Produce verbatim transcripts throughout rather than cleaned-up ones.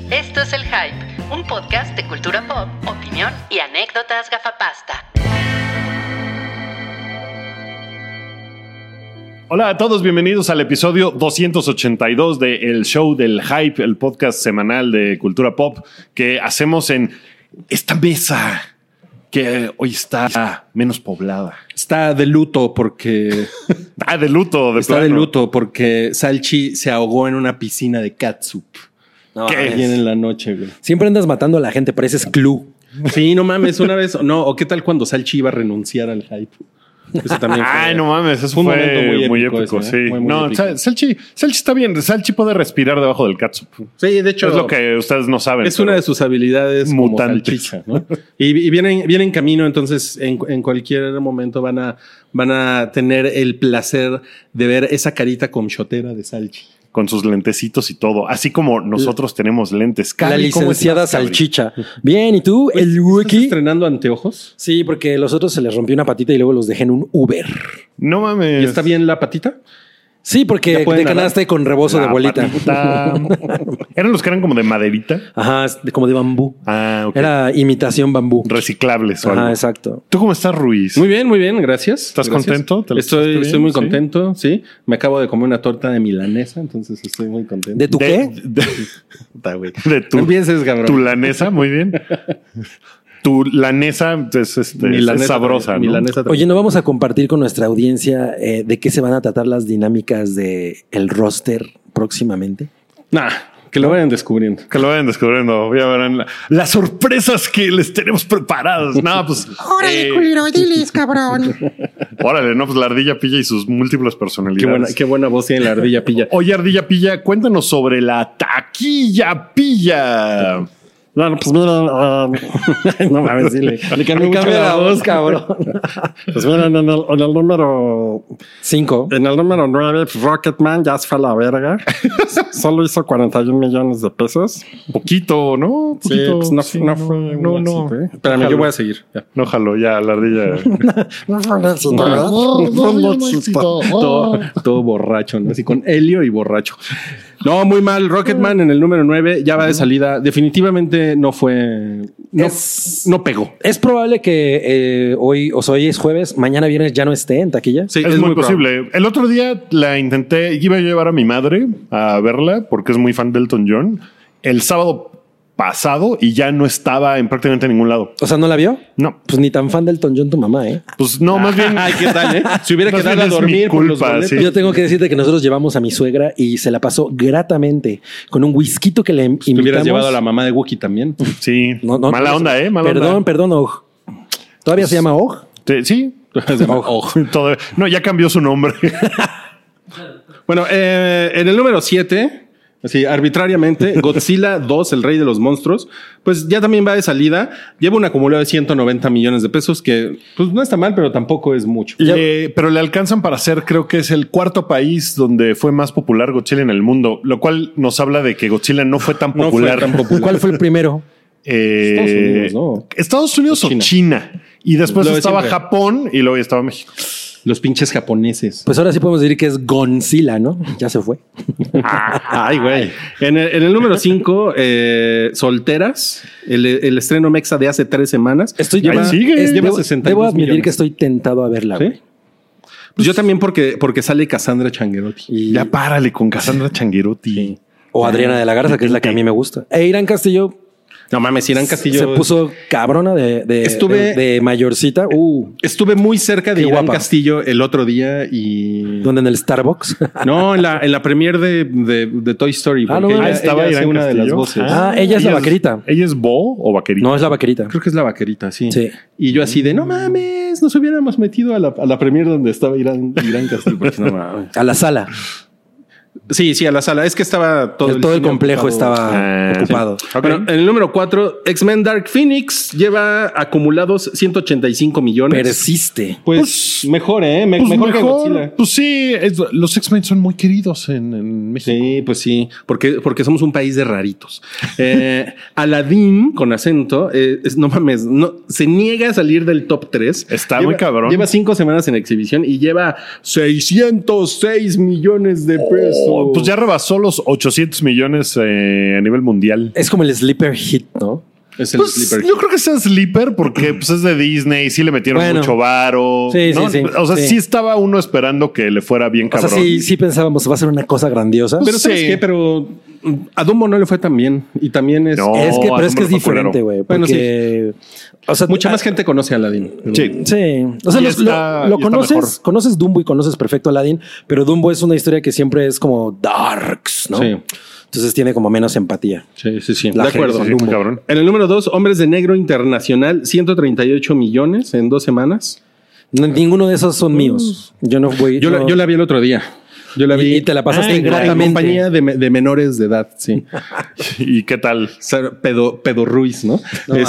Esto es El Hype, un podcast de cultura pop, opinión y anécdotas gafapasta. Hola a todos, bienvenidos al episodio doscientos ochenta y dos de El Show del Hype, el podcast semanal de cultura pop que hacemos en esta mesa que hoy está menos poblada. Está de luto porque... ah, de luto. De está plano. de luto porque Salchi se ahogó en una piscina de catsup. No, ¿Qué Ayer es? en la noche, güey. siempre andas matando a la gente, pareces Clue. Sí, no mames, una vez... No, o qué tal cuando Salchi iba a renunciar al hype. Eso también fue... Ay, no mames, eso fue un fue momento muy muy épico épico, ese, sí. ¿eh? Muy, muy no, épico. Sal- Salchi, Salchi está bien. Salchi puede respirar debajo del catsup. Sí, de hecho... Es lo que ustedes no saben. Es una de sus habilidades mutantes. como salchicha, ¿no? Y, y vienen, vienen en camino, entonces en, en cualquier momento van a, van a tener el placer de ver esa carita comchotera de Salchi. Con sus lentecitos y todo. Así como nosotros tenemos lentes. La Cabri, ¿cómo licenciada estás, Cabri? Salchicha. Bien, ¿y tú? El ¿Estás Wookie. estrenando anteojos? Sí, porque los otros se les rompió una patita y luego los dejé en un Uber. No mames. ¿Y está bien la patita? Sí, porque ¿Ya pueden te nadar? ganaste con rebozo La de bolita. patita. ¿Eran los que eran como de maderita? Ajá, es de- como de bambú. Ah, ok. Era imitación bambú. Reciclables o Ajá, algo. exacto. ¿Tú cómo estás, Ruiz? Muy bien, muy bien, gracias. ¿Estás Gracias. contento? ¿Te lo Estoy, pasaste bien? estoy muy Sí. contento, sí. Me acabo de comer una torta de milanesa, entonces estoy muy contento. ¿De tu De, qué? de, Puta, güey. de tu, No empieces, cabrón. tu lanesa, muy bien. Tu lanesa es, este, Milanesa es sabrosa, también, ¿no? milanesa también. Oye, ¿no vamos a compartir con nuestra audiencia eh, de qué se van a tratar las dinámicas de el roster próximamente? Nah, que lo vayan descubriendo. Que lo vayan descubriendo. Ya verán la- las sorpresas que les tenemos preparadas. No, pues. Órale, eh, culero, diles, cabrón. órale, no, pues la ardilla pilla y sus múltiples Qué personalidades. buena, qué buena voz tiene la ardilla pilla. Oye, ardilla pilla, cuéntanos sobre la taquilla pilla. Bueno, pues miren, no mames, sí, le, le cambié Me mucho cambia la voz. cabrón. Pues miren, en el, en el número Cinco. en el número nueve, pues Rocketman ya se fue a la verga. Solo hizo cuarenta y un millones de pesos. Poquito, ¿no? Sí, Poquito, pues no, sí, no fue. No, así, no. güey. Espérame, yo voy a seguir. Ya. No, jalo, ya, la ardilla. Todo, todo borracho, ¿no? Así con helio y borracho. No, muy mal. Rocketman en el número nueve ya va de salida. Definitivamente no fue. No, Es- no pegó. Es probable que eh, hoy, o sea, hoy es jueves, mañana viernes ya no esté en taquilla. Sí, es, muy posible. probable. El otro día la intenté, iba a llevar a mi madre a verla porque es muy fan de Elton John. El sábado pasado y ya no estaba en prácticamente ningún lado. O sea, ¿no la vio? No, Pues ni tan fan del Elton John tu mamá, ¿eh? pues no, más bien. Ay, ¿qué tal, eh? Si hubiera Más quedado bien a es mi dormir por los culpa, boletos. sí. Yo tengo que decirte que nosotros llevamos a mi suegra y se la pasó gratamente con un whisky que le Te invitamos. hubieras llevado a la mamá de Wookiee también. Sí, No, no, mala no, onda, ¿eh? Mala perdón, onda. perdón, Og. ¿Todavía se llama Og? Te- Sí. Todo- no, ya cambió su nombre. Bueno, eh, en el número siete, así arbitrariamente, Godzilla dos, el rey de los monstruos, pues ya también va de salida. Lleva un acumulado de ciento noventa millones de pesos, que pues no está mal, pero tampoco es mucho. Le- pero le alcanzan para ser, creo que es el cuarto país donde fue más popular Godzilla en el mundo, lo cual nos habla de que Godzilla no fue tan No fue popular. tan popular. ¿Cuál fue el primero? Eh, Estados Unidos, ¿no? Estados Unidos O o China. China. Y después Lo de estaba siempre. Japón y luego ya estaba México. Los pinches japoneses. Pues ahora sí podemos decir que es Godzilla, ¿no? Ya se fue. Ay, güey. En el, en el número cinco, eh, Solteras, el, el estreno mexa de hace tres semanas. Estoy Ahí sigue. es- Lleva debo, sesenta y dos debo admitir millones. que estoy tentado a verla, ¿Sí? güey. Pues yo también porque, porque sale Cassandra Changuerotti. Y- Ya párale con Cassandra Changuerotti. O Adriana de la Garza, que es la que a mí me gusta. E Irán Castillo No mames, Irán Castillo. se puso cabrona de, de, Estuve- de, de mayorcita. Uh, Estuve muy cerca de Qué Irán guapa. Castillo el otro día y... donde en el Starbucks. No, en la, en la premier de, de, de Toy Story. Ah, Porque no, ella, ah, estaba ella hace Irán una de las Castillo. voces. Ah, ella es la vaquerita. ¿Ella es Bo o vaquerita? No, es la vaquerita. Creo que es la vaquerita, sí. Sí. Y yo así de, no mames, nos hubiéramos metido a la, a la premier donde estaba Irán, Irán Castillo. Porque no mames. A la sala. Sí, sí, a la sala. Es que estaba todo Todo, el cine complejo ocupado. estaba Ah, sí. ocupado. Ok. Bueno, en el número cuatro, X-Men Dark Phoenix lleva acumulados ciento ochenta y cinco millones. Persiste. Pues, Pues- mejor, ¿eh? Me- Pues mejor, que mejor. Godzilla. Pues sí, es- los X-Men son muy queridos en, en México. Sí, pues sí, porque, porque somos un país de raritos. Eh, Aladdin, con acento, eh, es- no mames, no, se niega a salir del top tres. Está muy cabrón. Lleva cinco semanas en exhibición y lleva seiscientos seis millones de pesos. su- pues ya rebasó los ochocientos millones eh, a nivel mundial. Es como el sleeper hit, ¿no? Es el Pues, sleeper. yo creo que sea Sleeper porque pues, es de Disney, sí le metieron Bueno. mucho varo. Sí, ¿no? sí, sí, O sea, sí. sí. estaba uno esperando que le fuera bien O sea, cabrón. sí, sí pensábamos, va a ser una cosa grandiosa. Pero ¿sabes sí. qué? Pero mm, a Dumbo no le fue tan bien. Y también es... No. es que, a pero es que es Dumbo le fue diferente, culero. güey. Bueno, Porque, o sea, Mucha ah, más gente conoce a Aladdin. Sí. Sí, o sea, Y los- está- lo, lo y está conoces, mejor. conoces Dumbo y conoces perfecto Aladdin, pero Dumbo es una historia que siempre es como darks, ¿no? Sí. Entonces tiene como menos empatía. Sí, sí, sí. La de gente, acuerdo. Sí, muy cabrón. En el número dos, Hombres de Negro Internacional, ciento treinta y ocho millones en dos semanas. No, ninguno de esos son míos. Yo no voy. Yo, no- la, yo la vi el otro día. Yo la Y- vi. y te la pasaste Ah, en- gratamente. En compañía de, me- de menores de edad, sí. ¿Y qué tal? Ser pedo, pedo Ruiz, ¿no?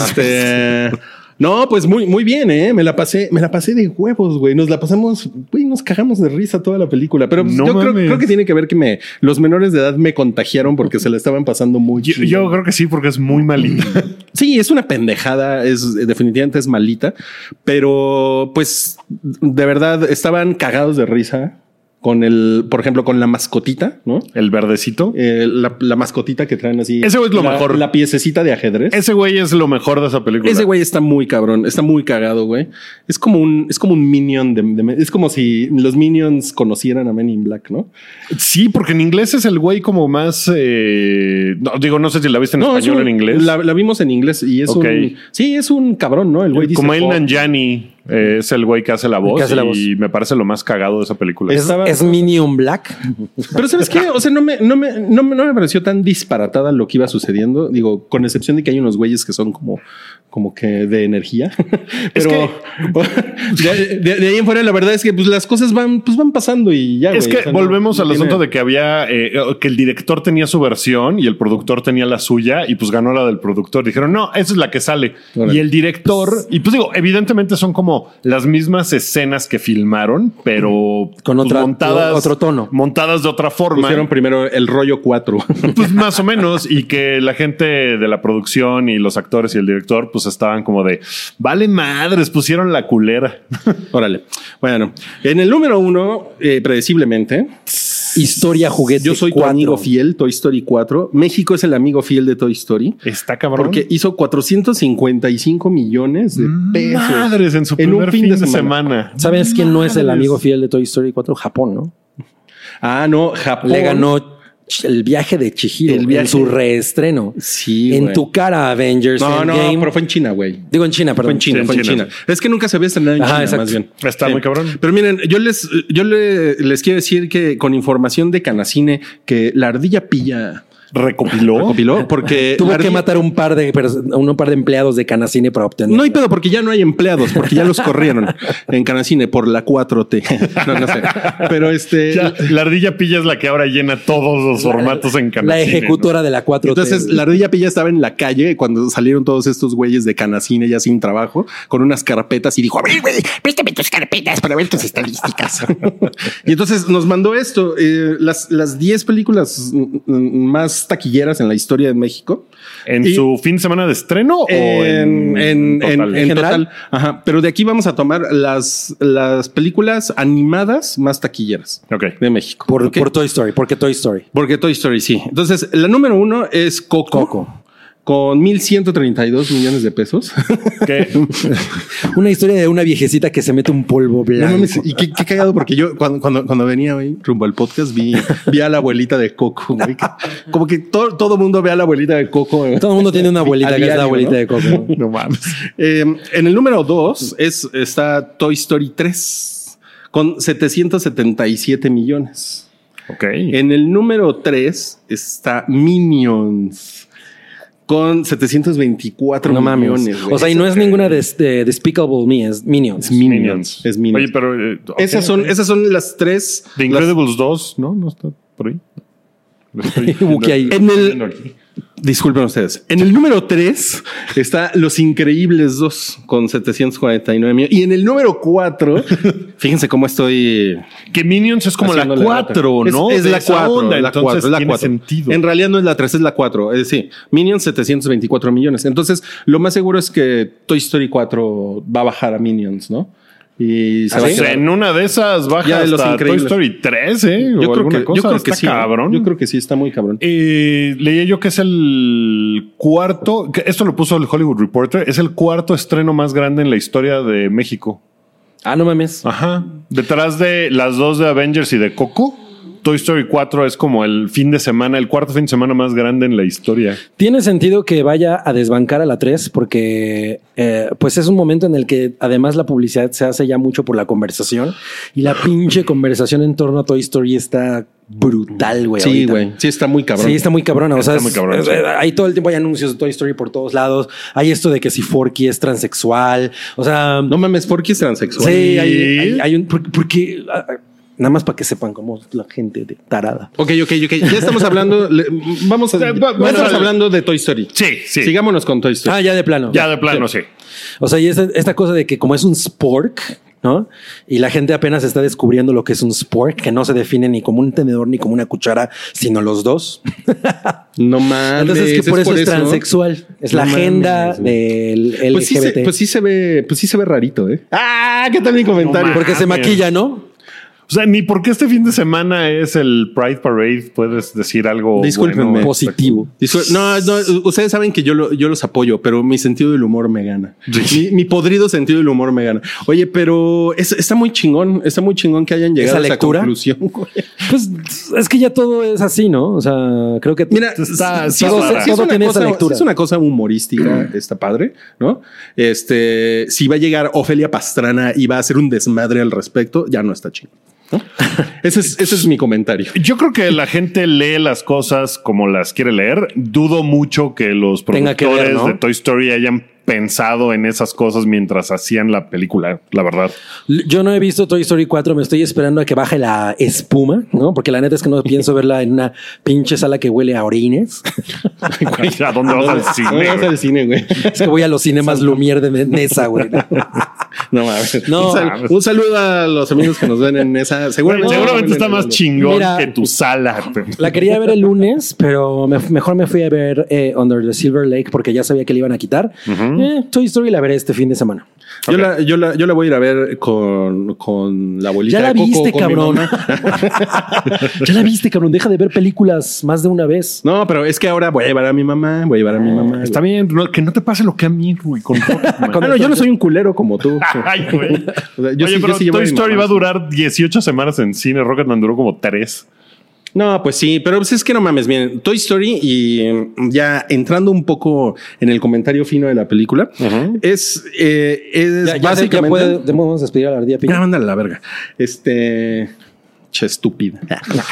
este. No, pues muy, muy bien, ¿eh? Me la pasé, me la pasé de huevos, güey. Nos la pasamos, güey, nos cagamos de risa toda la película. Pero pues, No yo creo, mames. creo que tiene que ver que me, los menores de edad me contagiaron porque se la estaban pasando muy Yo, chido. yo creo que sí, porque es muy malito. Sí, es una pendejada, es definitivamente es malita, pero pues de verdad estaban cagados de risa con el, por ejemplo, con la mascotita, ¿no? El verdecito. Eh, la, la mascotita que traen así. Ese güey es lo la- mejor. La piececita de ajedrez. Ese güey es lo mejor de esa película. Ese güey está muy cabrón, está muy cagado, güey. Es como un, es como un minion de, de- es como si los minions conocieran a Men in Black, ¿no? Sí, porque en inglés es el güey como más. eh, no, digo, no sé si la viste en No, es español o un- en inglés. La, la vimos en inglés y es Ok. un, sí, es un cabrón, ¿no? El güey dice, como el "Oh". Nanjiani eh, es el güey que hace la voz. que hace la y me parece lo más cagado de esa película. Es, Estaba- es Minion Black. Pero ¿sabes qué? O sea, no me, no, me, no, me, no me pareció tan disparatada lo que iba sucediendo. Digo, con excepción de que hay unos güeyes que son como, como que de energía. Pero de, de- de ahí en fuera, la verdad es que pues, las cosas van, pues, van pasando y ya. Es güey. que O sea, no- volvemos no al tiene- asunto de que había eh, que el director tenía su versión y el productor tenía la suya y pues ganó la del productor. Dijeron, no, esa es la que sale. Órale. Y el director, y pues digo, evidentemente son como las mismas escenas que filmaron, pero Con pues, otra- montadas, otro tono. montadas de otra forma. Pusieron primero el rollo cuatro. Pues más o menos, y que la gente de la producción y los actores y el director, pues estaban como de vale madres, pusieron la culera. Órale. Bueno, en el número uno, eh, predeciblemente, Historia juguete. yo soy tu cuatro. amigo fiel, Toy Story cuatro. México es el amigo fiel de Toy Story. Está cabrón. Porque hizo cuatrocientos cincuenta y cinco millones de pesos. Madres en su en un primer fin, de semana. ¿Sabes quién no es el Madres. amigo fiel de Toy Story cuatro? Japón, ¿no? Ah, no, Japón. Le ganó Ch- el viaje de Chihiro El viaje. en su reestreno. Sí, En güey. tu cara, Avengers No, no, Endgame. pero fue en China, güey. Digo en China, perdón. Fue en China, Sí, en fue en China. China. Es que nunca se había estrenado en Ajá, China, exacto. más bien. Está muy cabrón. Pero miren, yo les, yo le- les quiero decir que con información de Canacine, que la ardilla pilla Recopiló. recopiló, porque Tuvo la que ardilla- matar un par de pers- un par de empleados de Canacine para obtener. No hay pedo porque ya no hay empleados, porque ya los corrieron en Canacine por la cuatro T. No, no sé. Pero este. Ya, la ardilla pilla es la que ahora llena todos los formatos en Canacine. La ejecutora de la cuatro T. Entonces, la ardilla pilla estaba en la calle cuando salieron todos estos güeyes de Canacine ya sin trabajo, con unas carpetas y dijo: a ver, güey, préstame tus carpetas para ver tus estadísticas. Y entonces nos mandó esto: eh, las, las diez películas mm, mm, más taquilleras en la historia de México. ¿no? ¿En Y- su fin de semana de estreno o En, en, en, total? en general? total. Ajá. Pero de aquí vamos a tomar las, las películas animadas más taquilleras Ok. de México. Por, ¿Ok? por Toy Story. ¿Por qué Toy Story? Porque Toy Story, sí. Entonces, la número uno es Coco. Coco. Con mil ciento treinta y dos millones de pesos. ¿Qué? Una historia de una viejecita que se mete un polvo No blanco. mames, y qué, qué cagado, porque yo cuando, cuando, cuando venía güey, rumbo al podcast vi, vi a la abuelita de Coco. Güey, que- como que todo, todo mundo ve a la abuelita de Coco. güey. Todo el mundo tiene una abuelita A que es la diario, abuelita ¿no? de Coco. No mames. Eh, en el número dos es, está Toy Story tres con setecientos setenta y siete millones. Ok. En el número tres está Minions con setecientos veinticuatro No mames. millones. güey. O sea, y no es ninguna de, de Despicable Me, es Minions. Es Minions. Es Minions. Oye, pero. eh, ok, esas, son, ok. esas son las tres. The las- Incredibles dos, ¿no? No está por ahí. Lo estoy Wookiee ahí. En el- viendo aquí. Disculpen ustedes. En el número tres está Los Increíbles dos con setecientos cuarenta y nueve millones. Y en el número cuatro, fíjense cómo estoy. Que Minions es como la haciéndole cuatro, rata. ¿no? Es, es De la esa cuatro. onda, la entonces cuatro, es la tiene cuatro. sentido. En realidad no es la tres, es la cuatro. Es decir, Minions setecientos veinticuatro millones. Entonces, lo más seguro es que Toy Story cuatro va a bajar a Minions, ¿no? Y se ¿Ah, va sí? a quedar. En una de esas baja Ya de Los hasta Toy Increíbles. Story tres, ¿eh? Yo o creo alguna que, cosa. yo creo que Está sí. ¿eh? cabrón. Yo creo que sí, está muy cabrón. Eh, leía yo que es el cuarto, que esto lo puso el Hollywood Reporter, es el cuarto estreno más grande en la historia de México. Ah, no mames. Ajá. Detrás de las dos de Avengers y de Coco, Toy Story cuatro es como el fin de semana, el cuarto fin de semana más grande en la historia. Tiene sentido que vaya a desbancar a la tres porque eh, pues es un momento en el que además la publicidad se hace ya mucho por la conversación y la pinche conversación en torno a Toy Story está brutal, güey. Sí, ahorita. güey. Sí, está muy cabrón. Sí, está muy cabrona. O sea, Está muy es- cabrón, es- sí. hay todo el tiempo hay anuncios de Toy Story por todos lados. Hay esto de que si Forky es transexual. O sea, No mames, Forky es transexual. sí, hay, hay- hay un porque, porque, ah, nada más para que sepan cómo es la gente de tarada. Ok, ok, ok. Ya estamos hablando. le- vamos a. Eh, va- bueno, estamos vamos a- hablando de Toy Story. Sí, sí. Sigámonos con Toy Story. Ah, ya de plano. Ya de plano, sí. O sea, y esta, esta cosa de que como es un spork, ¿no? Y la gente apenas está descubriendo lo que es un spork, que no se define ni como un tenedor ni como una cuchara, sino los dos. No mames. Entonces es que por eso es transexual. Es la No agenda mames, del L G B T. Pues sí, se, pues sí se ve, pues sí se ve rarito, ¿eh? Ah, ¿qué tal mi comentario? No Porque se mames. maquilla, ¿no? O sea, ni porque este fin de semana es el Pride Parade puedes decir algo Discúlpenme. bueno. Positivo. Discul- No, no, ustedes saben que yo, lo- yo los apoyo, pero mi sentido del humor me gana. Mi, mi podrido sentido del humor me gana. Oye, pero es- está muy chingón, está muy chingón que hayan llegado ¿Esa a esa lectura? conclusión, güey. Pues es que ya todo es así, ¿no? O sea, creo que Mira, Está- sí, está sí, rara. sí es Todo una tiene esa cosa- lectura. sí es una cosa humorística, está padre, ¿no? Este, si va a llegar Ofelia Pastrana y va a hacer un desmadre al respecto, ya no está chido. ¿no? Ese es, ese es mi comentario. Yo creo que la gente lee las cosas como las quiere leer. Dudo mucho que los Tenga que ver, productores ¿no? de Toy Story hayan pensado en esas cosas mientras hacían la película, la verdad. yo no he visto Toy Story cuatro, me estoy esperando a que baje la espuma, ¿no? Porque la neta es que no pienso verla en una pinche sala que huele a orines. ¿A dónde vas al cine? ¿Dónde vas güey? al cine, güey? Es que voy a los cinemas Lumière de Nesa, güey. No mames. No. un, sal- un saludo a los amigos que nos ven en esa. Seguramente, Seguramente está más chingón Mira. que tu sala. La quería ver el lunes, pero me- mejor me fui a ver eh, Under the Silver Lake porque ya sabía que le iban a quitar. Eh, Toy Story la veré este fin de semana. Yo, la, yo, la, yo la voy a ir a ver con, con la abuelita Ya la de Coco, viste, con mi cabrón. mamá. Ya la viste, cabrón. Deja de ver películas más de una vez. No, pero es que ahora voy a llevar a mi mamá, voy a llevar a mi mamá. Está bien, no- que no te pase lo que a mí, güey. Con Ah, no, yo no soy un culero como tú. Ay, güey. O sea, yo Oye, sí- yo pero sí llevo a Toy mi Story mamá, va a sí. durar dieciocho semanas en cine. Rocketman duró como tres. No, pues sí, pero pues es que no mames, bien, Toy Story y mm, ya entrando un poco en el comentario fino de la película, es, eh, es Ya, ya, ya básicamente... puede, podemos despedir a la ardilla Piña. Ya, mándale a la verga. Este... Che, estúpida.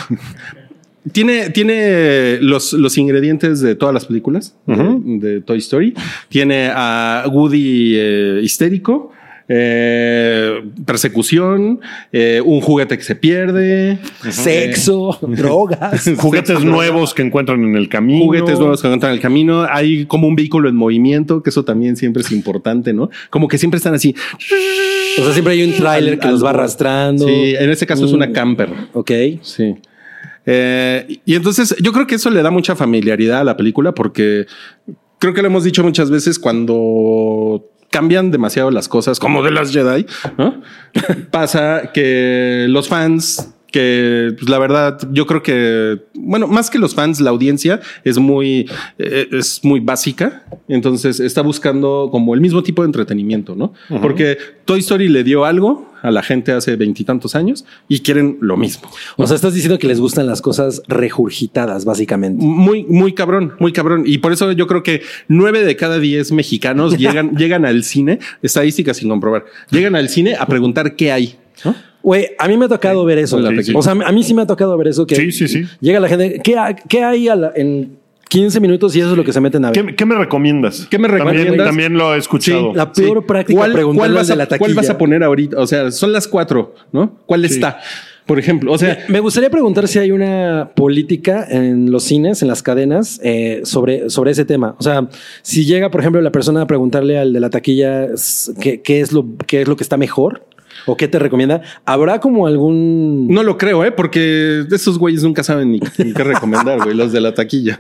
Tiene, tiene los, los ingredientes de todas las películas de- de, Toy Story. Tiene a Woody eh, histérico, eh, persecución, eh, un juguete que se pierde, Sexo, drogas. Juguetes nuevos que encuentran en el camino. juguetes nuevos que encuentran en el camino. Hay como un vehículo en movimiento, que eso también siempre es importante, ¿no? Como que siempre están así. O sea, siempre hay un tráiler que los va arrastrando. Sí, en este caso es una Mm. camper. Ok. Sí. Eh, y entonces yo creo que eso le da mucha familiaridad a la película porque creo que lo hemos dicho muchas veces cuando cambian demasiado las cosas, como de las Jedi, ¿no? Pasa que los fans, que pues, la verdad, yo creo que, bueno, más que los fans, la audiencia es muy, eh, es muy básica. Entonces está buscando como el mismo tipo de entretenimiento, ¿no? Porque Toy Story le dio algo a la gente hace veintitantos años y quieren lo mismo. O sea, estás diciendo que les gustan las cosas regurgitadas, básicamente. Muy, muy cabrón, muy cabrón. Y por eso yo creo que nueve de cada diez mexicanos llegan, llegan al cine, estadísticas sin comprobar, llegan al cine a preguntar qué hay. ¿no? Güey, a mí me ha tocado ver eso. Sí, sí. O sea, a mí sí me ha tocado ver eso. Que Sí, sí, sí. Llega la gente, ¿qué, ha- qué hay a la- en quince minutos y eso es lo que se meten a ver? ¿Qué, qué me recomiendas? ¿Qué me También- recomiendas? También, lo he escuchado. La peor práctica, ¿Cuál, preguntarle cuál al vas de a, la taquilla. ¿Cuál vas a poner ahorita? O sea, son las cuatro, ¿no? ¿Cuál está? Por ejemplo, o sea, Me gustaría preguntar si hay una política en los cines, en las cadenas, eh, sobre, sobre ese tema. O sea, si llega, por ejemplo, la persona a preguntarle al de la taquilla s- qué, qué es lo, qué es lo que está mejor. o qué te recomienda. ¿Habrá como algún...? No lo creo, ¿eh? Porque esos güeyes nunca saben ni, ni qué recomendar, güey. Los de la taquilla.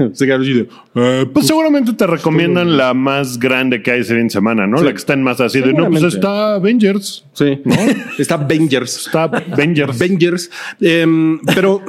Eh, pues seguramente te recomiendan la más grande que hay ese fin de semana, ¿no? Sí. La que está en más así de, no, pues está Avengers. Sí. ¿No? Está Avengers. Está Avengers. Avengers. Eh, pero...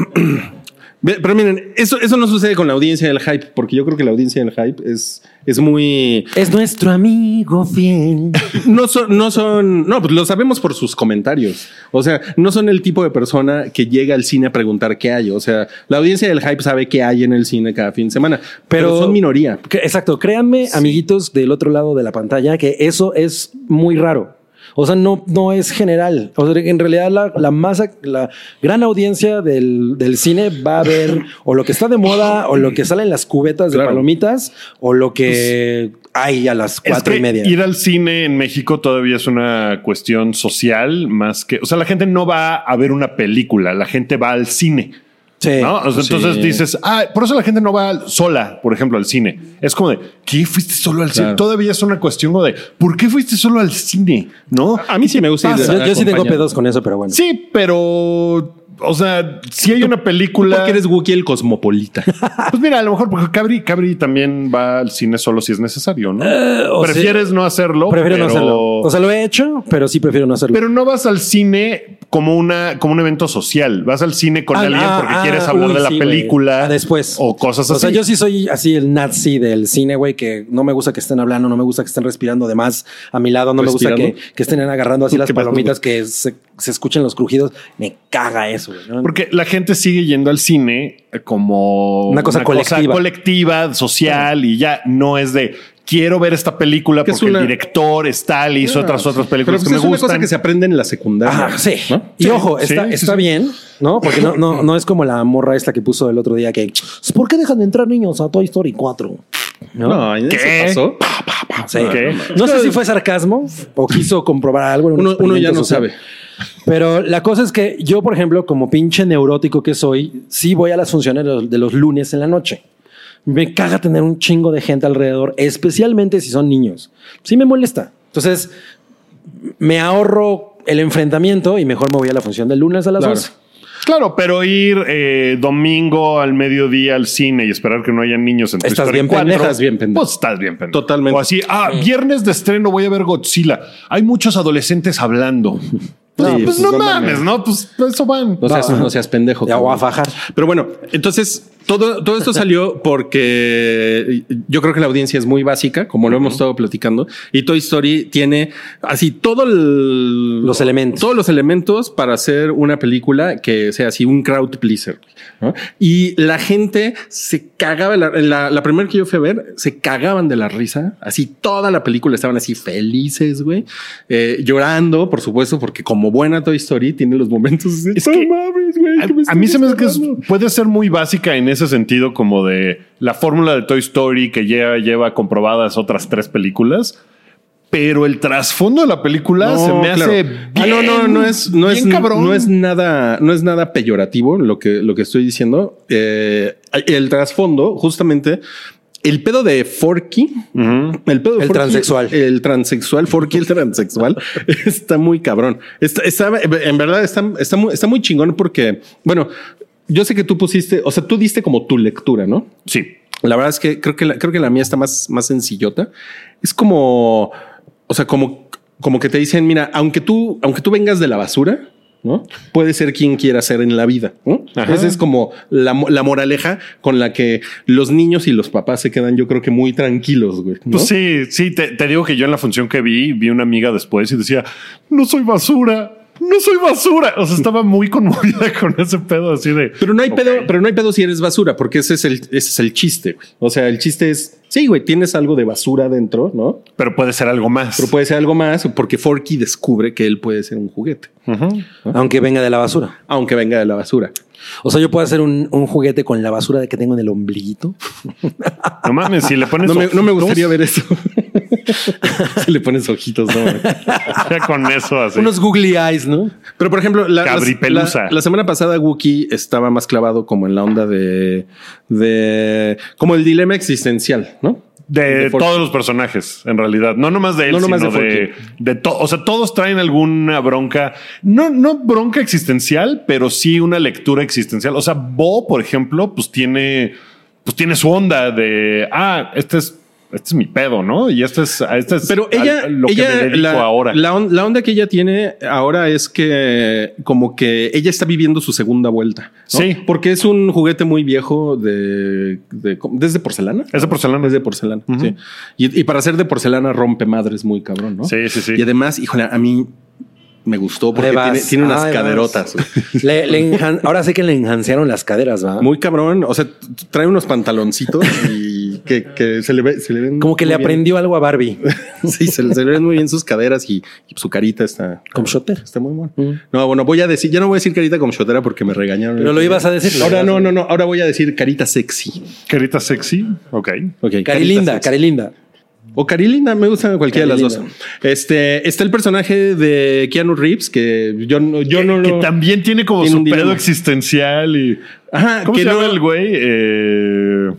Pero miren, eso, eso no sucede con la audiencia del hype, porque yo creo que la audiencia del hype es, es muy... Es nuestro amigo fiel. No son, no son, no, pues lo sabemos por sus comentarios. O sea, no son el tipo de persona que llega al cine a preguntar qué hay. O sea, la audiencia del hype sabe qué hay en el cine cada fin de semana, pero, pero son minoría. Que, exacto. Créanme, sí. amiguitos del otro lado de la pantalla, que eso es muy raro. O sea, no, no es general. O sea, en realidad la, la masa, la gran audiencia del, del cine va a ver o lo que está de moda o lo que sale en las cubetas de claro. palomitas o lo que pues, hay a las cuatro es que y media. Ir al cine en México todavía es una cuestión social más que... O sea, la gente no va a ver una película, la gente va al cine. Sí, ¿no? O sea, sí. Entonces dices, ah, por eso la gente no va sola, por ejemplo, al cine. Es como de, ¿qué fuiste solo al claro. cine? Todavía es una cuestión de, ¿por qué fuiste solo al cine? ¿No? A mí sí me gusta. Ir yo, yo sí tengo pedos con eso, pero bueno. Sí, pero... O sea, si hay una película... ¿Por qué eres Wookiee el cosmopolita? Pues mira, a lo mejor porque Cabri, Cabri también va al cine solo si es necesario, ¿no? Uh, Prefieres sea, no hacerlo. Prefiero pero... no hacerlo. O sea, lo he hecho, pero sí prefiero no hacerlo. Pero no vas al cine como una como un evento social. Vas al cine con ah, alguien ah, porque ah, quieres hablar uy, de la sí, película. Ah, después. O cosas así. O sea, yo sí soy así el nazi del cine, güey, que no me gusta que estén hablando, no me gusta que estén respirando de más a mi lado, no me gusta que, que estén agarrando así las palomitas, que se, se escuchen los crujidos. Me caga eso, güey, ¿no? Porque la gente sigue yendo al cine como una cosa, una colectiva. cosa colectiva, social, sí. Y ya no es de quiero ver esta película porque una... el director está y hizo yeah. otras otras películas pero que pues me es gustan. Una cosa que se aprende en la secundaria. Ah, sí. ¿No? Y sí, ojo, está, sí, está sí, bien, ¿no? Porque no, no, no es como la morra esta que puso el otro día que ¿por qué dejan de entrar niños a Toy Story cuatro? No, no ¿qué pasó? Sí. ¿Qué? No sé si fue sarcasmo o quiso comprobar algo. Uno, uno ya no social. sabe. Pero la cosa es que yo, por ejemplo, como pinche neurótico que soy, sí voy a las funciones de los, de los lunes en la noche. Me caga tener un chingo de gente alrededor, especialmente si son niños. Sí me molesta. Entonces, me ahorro el enfrentamiento y mejor me voy a la función del lunes a las claro. once. Claro, pero ir eh, domingo al mediodía al cine y esperar que no haya niños en tu Estás bien pendejo. Estás bien pendejo. Pues estás bien pendejo. Totalmente. O así, ah, viernes de estreno voy a ver Godzilla. Hay muchos adolescentes hablando. Pues, sí, pues, pues no, no mames, mames, ¿no? Pues eso van. No seas, no seas pendejo. Ya voy a fajar. Pero bueno, entonces todo, todo esto salió porque yo creo que la audiencia es muy básica, como lo uh-huh. hemos estado platicando, y Toy Story tiene así todo el, los elementos, todos los elementos para hacer una película que sea así un crowd pleaser, ¿no? Y la gente se cagaba. La, la, la primera que yo fui a ver, se cagaban de la risa. Así toda la película estaban así felices, güey, eh, llorando, por supuesto, porque como buena Toy Story tiene los momentos de, es que, mames, güey, a, a mí se me hace que es, puede ser muy básica en ese sentido, como de la fórmula de Toy Story que lleva, lleva comprobadas otras tres películas, pero el trasfondo de la película no, se me claro. hace bien, ah, no, no, no es, no es, cabrón. No es nada, no es nada peyorativo lo que, lo que estoy diciendo. Eh, el trasfondo, justamente. El pedo de Forky, uh-huh. el pedo de el Forky, transexual, el transexual, Forky, el transexual, está muy cabrón. Está, está, en verdad está, está, muy, está muy chingón porque, bueno, yo sé que tú pusiste, o sea, tú diste como tu lectura, ¿no? Sí. La verdad es que creo que la, creo que la mía está más, más sencillota. Es como, o sea, como, como que te dicen, mira, aunque tú, aunque tú vengas de la basura, ¿no? Puede ser quien quiera ser en la vida, ¿no? Esa es como la, la moraleja con la que los niños y los papás se quedan, yo creo que muy tranquilos, güey, ¿no? Pues sí, sí, te, te digo que yo en la función que vi, vi una amiga después y decía, no soy basura. No soy basura. O sea, estaba muy conmovida con ese pedo así de. Pero no hay okay. pedo, pero no hay pedo si eres basura, porque ese es el, ese es el chiste, güey. O sea, el chiste es sí, güey, tienes algo de basura dentro, ¿no? Pero puede ser algo más. Pero puede ser algo más porque Forky descubre que él puede ser un juguete. Uh-huh. ¿No? Aunque venga de la basura. Aunque venga de la basura. O sea, yo puedo hacer un, un juguete con la basura que tengo en el ombliguito. No mames, si le pones no me, no me gustaría ver eso. Si le pones ojitos, no. Ya con eso así. Unos googly eyes, ¿no? Pero por ejemplo, la, Cabripelusa. la, la semana pasada Wookiee estaba más clavado como en la onda de, de como el dilema existencial, ¿no? De, de todos los personajes, en realidad. No nomás de él, no nomás sino de, de, de to- O sea, todos traen alguna bronca. No, no bronca existencial, pero sí una lectura existencial. O sea, Bo, por ejemplo, pues tiene, pues tiene su onda de, ah, este es, este es mi pedo, ¿no? Y este es, este es Pero ella, a, a lo ella, que me dedico la, ahora. La, on, la onda que ella tiene ahora es que como que ella está viviendo su segunda vuelta, ¿no? Sí. Porque es un juguete muy viejo de, de ¿desde porcelana? Es de porcelana. Es de porcelana, Uh-huh. sí. Y, y para ser de porcelana rompe madres muy cabrón, ¿no? Sí, sí, sí. Y además, híjole, a mí me gustó porque tiene, tiene unas Ay, caderotas. Le, le enhan- ahora sé que le enhancearon las caderas, ¿va? Muy cabrón. O sea, t- trae unos pantaloncitos y que, que se le ve, se le ven Como que le muy bien. aprendió algo a Barbie. Sí, se le, se le ven muy bien sus caderas y, y su carita está, Como Shotter. está muy bueno. Mm. No, bueno, voy a decir, ya no voy a decir carita como shotera porque me regañaron. Pero lo ibas a decir. Ahora no, no, no. Ahora voy a decir carita sexy. Carita sexy. Ok. Okay, Carilinda, carita sexy. Carilinda. O Carilinda, me gusta cualquiera de las dos. Carilinda. Este, está el personaje de Keanu Reeves que yo no, yo que, no que lo- también tiene como tiene su un pedo dilema. existencial y. Ajá, ¿Cómo que se llama no- el güey? Eh,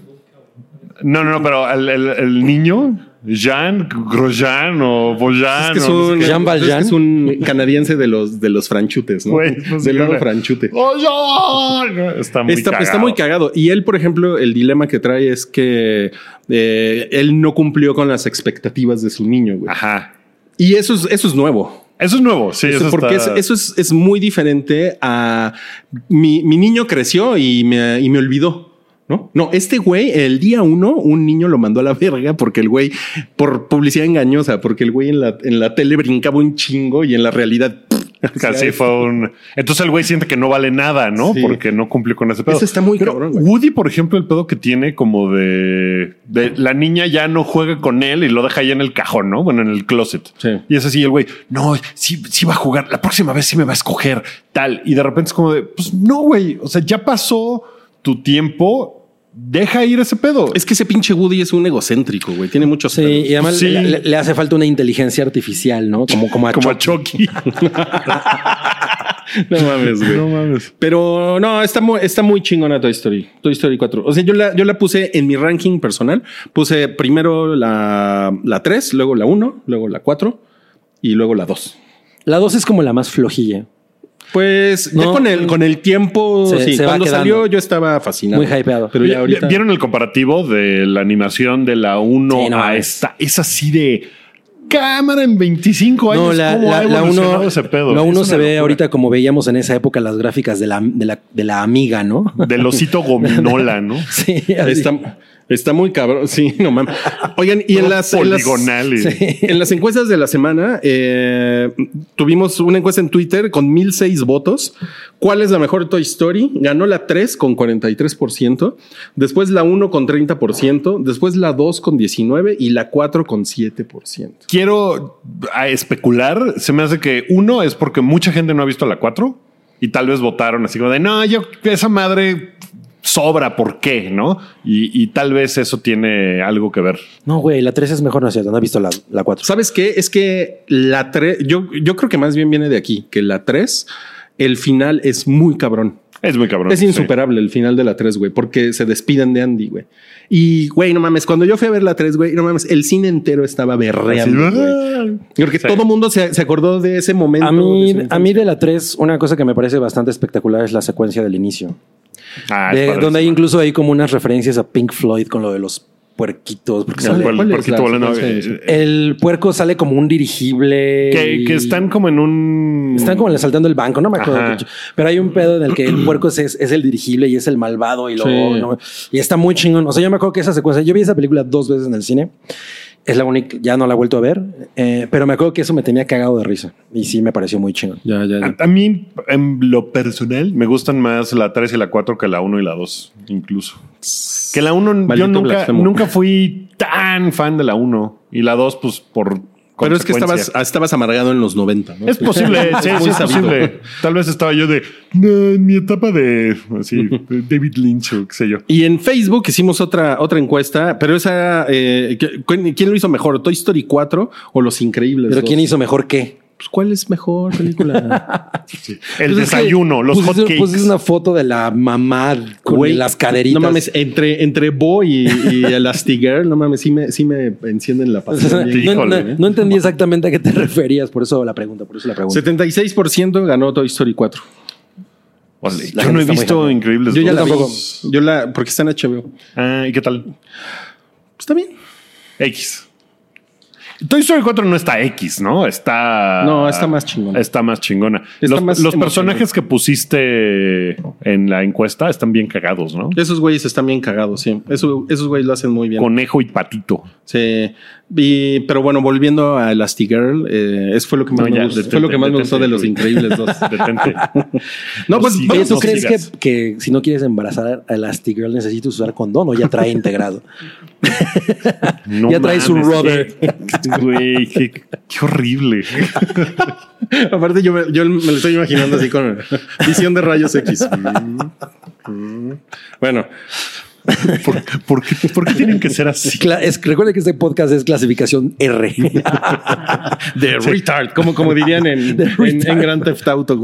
No, no, no, pero el, el- el niño, Jean Grosjean o Bojan. Es que es o no sé un, qué. Jean Valjean. es que es un canadiense de los, de los franchutes, ¿no? Güey, no sé Del qué lado onda. franchute. ¡Oh, ya! Está muy Está, cagado. está muy cagado. Y él, por ejemplo, el dilema que trae es que eh, él no cumplió con las expectativas de su niño, güey. Ajá. Y eso es, eso es nuevo. Eso es nuevo, sí. Eso- Eso, porque está- es- eso es, es muy diferente a mi, mi niño creció y me, y me olvidó. ¿No? No, este güey, el día uno, un niño lo mandó a la verga porque el güey, por publicidad engañosa, porque el güey en la, en la tele brincaba un chingo y en la realidad. Casi fue un. Entonces el güey siente que no vale nada, ¿no? Sí. Porque no cumplió con ese pedo. Eso está muy Pero cabrón, güey. Woody, por ejemplo, el pedo que tiene como de, de la niña ya no juega con él y lo deja ahí en el cajón, ¿no? Bueno, en el closet. Sí. Y es así, el güey, no, sí, sí va a jugar. La próxima vez sí me va a escoger tal. Y de repente es como de, pues no, güey. O sea, ya pasó tu tiempo. Deja ir ese pedo. Es que ese pinche Woody es un egocéntrico, güey. Tiene muchos Sí, pedos. y además Sí. le, le- le hace falta una inteligencia artificial, ¿no? Como, como a como a Chucky. Chucky. No mames, güey. No mames. Pero no, está muy, está muy chingona Toy Story. Toy Story cuatro. O sea, yo la, yo la puse en mi ranking personal. Puse primero la, la tres, luego la uno, luego la cuatro y luego la dos. La dos es como la más flojilla. Pues ya No. con el, con el tiempo, Se- sí, se va cuando quedando. salió yo estaba fascinado. Muy hypeado. Pero ya ahorita... ¿Vieron el comparativo de la animación de la uno Sí, no a mames. esta? Es así de cámara en veinticinco años. No, la, ¿Cómo la, ha la evolucionado uno, ese pedo? la Es uno una se ve locura. ahorita como veíamos en esa época las gráficas de la, de la, de la amiga, ¿no? Del osito gominola, ¿no? Sí, así. Está, está muy cabrón. Sí, no mames. Oigan, y en Todo las, en las, poligonal y- Sí. en las encuestas de la semana, eh, tuvimos una encuesta en Twitter con mil seis votos. ¿Cuál es la mejor Toy Story? Ganó la tres con cuarenta y tres por ciento, después la uno con treinta por ciento, después la dos con diecinueve por ciento y la cuatro con siete por ciento. Quiero a especular. Se me hace que uno es porque mucha gente no ha visto la cuatro y tal vez votaron así como de no, yo esa madre sobra. ¿Por qué? No? Y, y tal vez eso tiene algo que ver. No, güey, la tres es mejor, no es cierto. No he visto la, la cuatro. ¿Sabes qué? Es que la tres, yo, yo creo que más bien viene de aquí, que la tres, el final es muy cabrón. Es muy cabrón. Es sí. insuperable el final de la tres, güey, porque se despiden de Andy, güey. Y, güey, no mames, cuando yo fui a ver la tres, güey, no mames, el cine entero estaba berreando, Así, güey. Porque Sí. todo mundo se, se acordó de ese momento. A de mí, su a mí de la tres, una cosa que me parece bastante espectacular es la secuencia del inicio. Ah, De- es padre. donde hay incluso hay como unas referencias a Pink Floyd con lo de los puerquitos. Porque ¿Cuál- sale- cuál- ¿cuál es porquito la volando? secuencia? Eh, el puerco sale como un dirigible. Que, y- que están como en un. Están como asaltando el banco, no me acuerdo. Ajá. mucho. Pero hay un pedo en el que el puerco es, es, es el dirigible y es el malvado y luego, Sí. ¿no? Y está muy chingón. O sea, yo me acuerdo que esa secuencia, yo vi esa película dos veces en el cine. Es la única, ya no la he vuelto a ver, eh, pero me acuerdo que eso me tenía cagado de risa y sí me pareció muy chingón. Ya, ya, ya. A, a mí, en lo personal, me gustan más la tres y la cuatro que la uno y la dos, incluso. Que la uno, yo Maldito nunca, blasfemo. nunca fui tan fan de la uno y la dos, pues por. Pero es que consecuencia. estabas, estabas amargado en los noventa, ¿no? Es posible, sí, muy sí es sabido. posible. Tal vez estaba yo de no, en mi etapa de así, de David Lynch o qué sé yo. Y en Facebook hicimos otra, otra encuesta, pero esa, eh, ¿quién quién lo hizo mejor? ¿Toy Story cuatro o Los Increíbles Pero dos? ¿quién hizo mejor qué? pues, ¿cuál es mejor película? Sí. El Pues es que desayuno, los pusiste- hotcakes. pusiste una foto de la mamá con Güey, las caderitas. No mames, entre, entre Bo y, y Elastigirl, no mames, sí me, sí me encienden la pasión. bien. no, Híjole, no- ¿eh? no entendí exactamente a qué te referías, por eso la pregunta, por eso la pregunta. setenta y seis por ciento ganó Toy Story cuatro. Órale, La yo gente no he está muy visto happy. Increíbles Yo ya dos. la tampoco. vi. Yo la, porque está en H B O. Ah, ¿y qué tal? Pues está bien. X. Toy Story cuatro no está X, ¿no? Está. No, está más chingona. Está más chingona. Está los más los emocionante. personajes que pusiste en la encuesta están bien cagados, ¿no? Esos güeyes están bien cagados, sí. Eso- esos güeyes lo hacen muy bien. Conejo y patito. Sí. Y- pero bueno, volviendo a Elastigirl, eh, eso fue lo que más No, me ya, gustó. detente, Fue lo que más me detente, gustó de Los güey. Increíbles dos. Detente. No, pues Sí, Oye, vamos, ¿tú no crees sigas. que, que si no quieres embarazar a Elastigirl necesitas usar condón o ya trae integrado? No Ya trae su mames, rubber. qué- Güey, qué, qué horrible. aparte yo me, yo me lo estoy imaginando así con visión de rayos X. Bueno, ¿Por, por qué, por qué tienen que ser así? Cla- es- recuerda que este podcast es clasificación R. de retard, como, como dirían en, De en, retard. en Grand Theft Auto.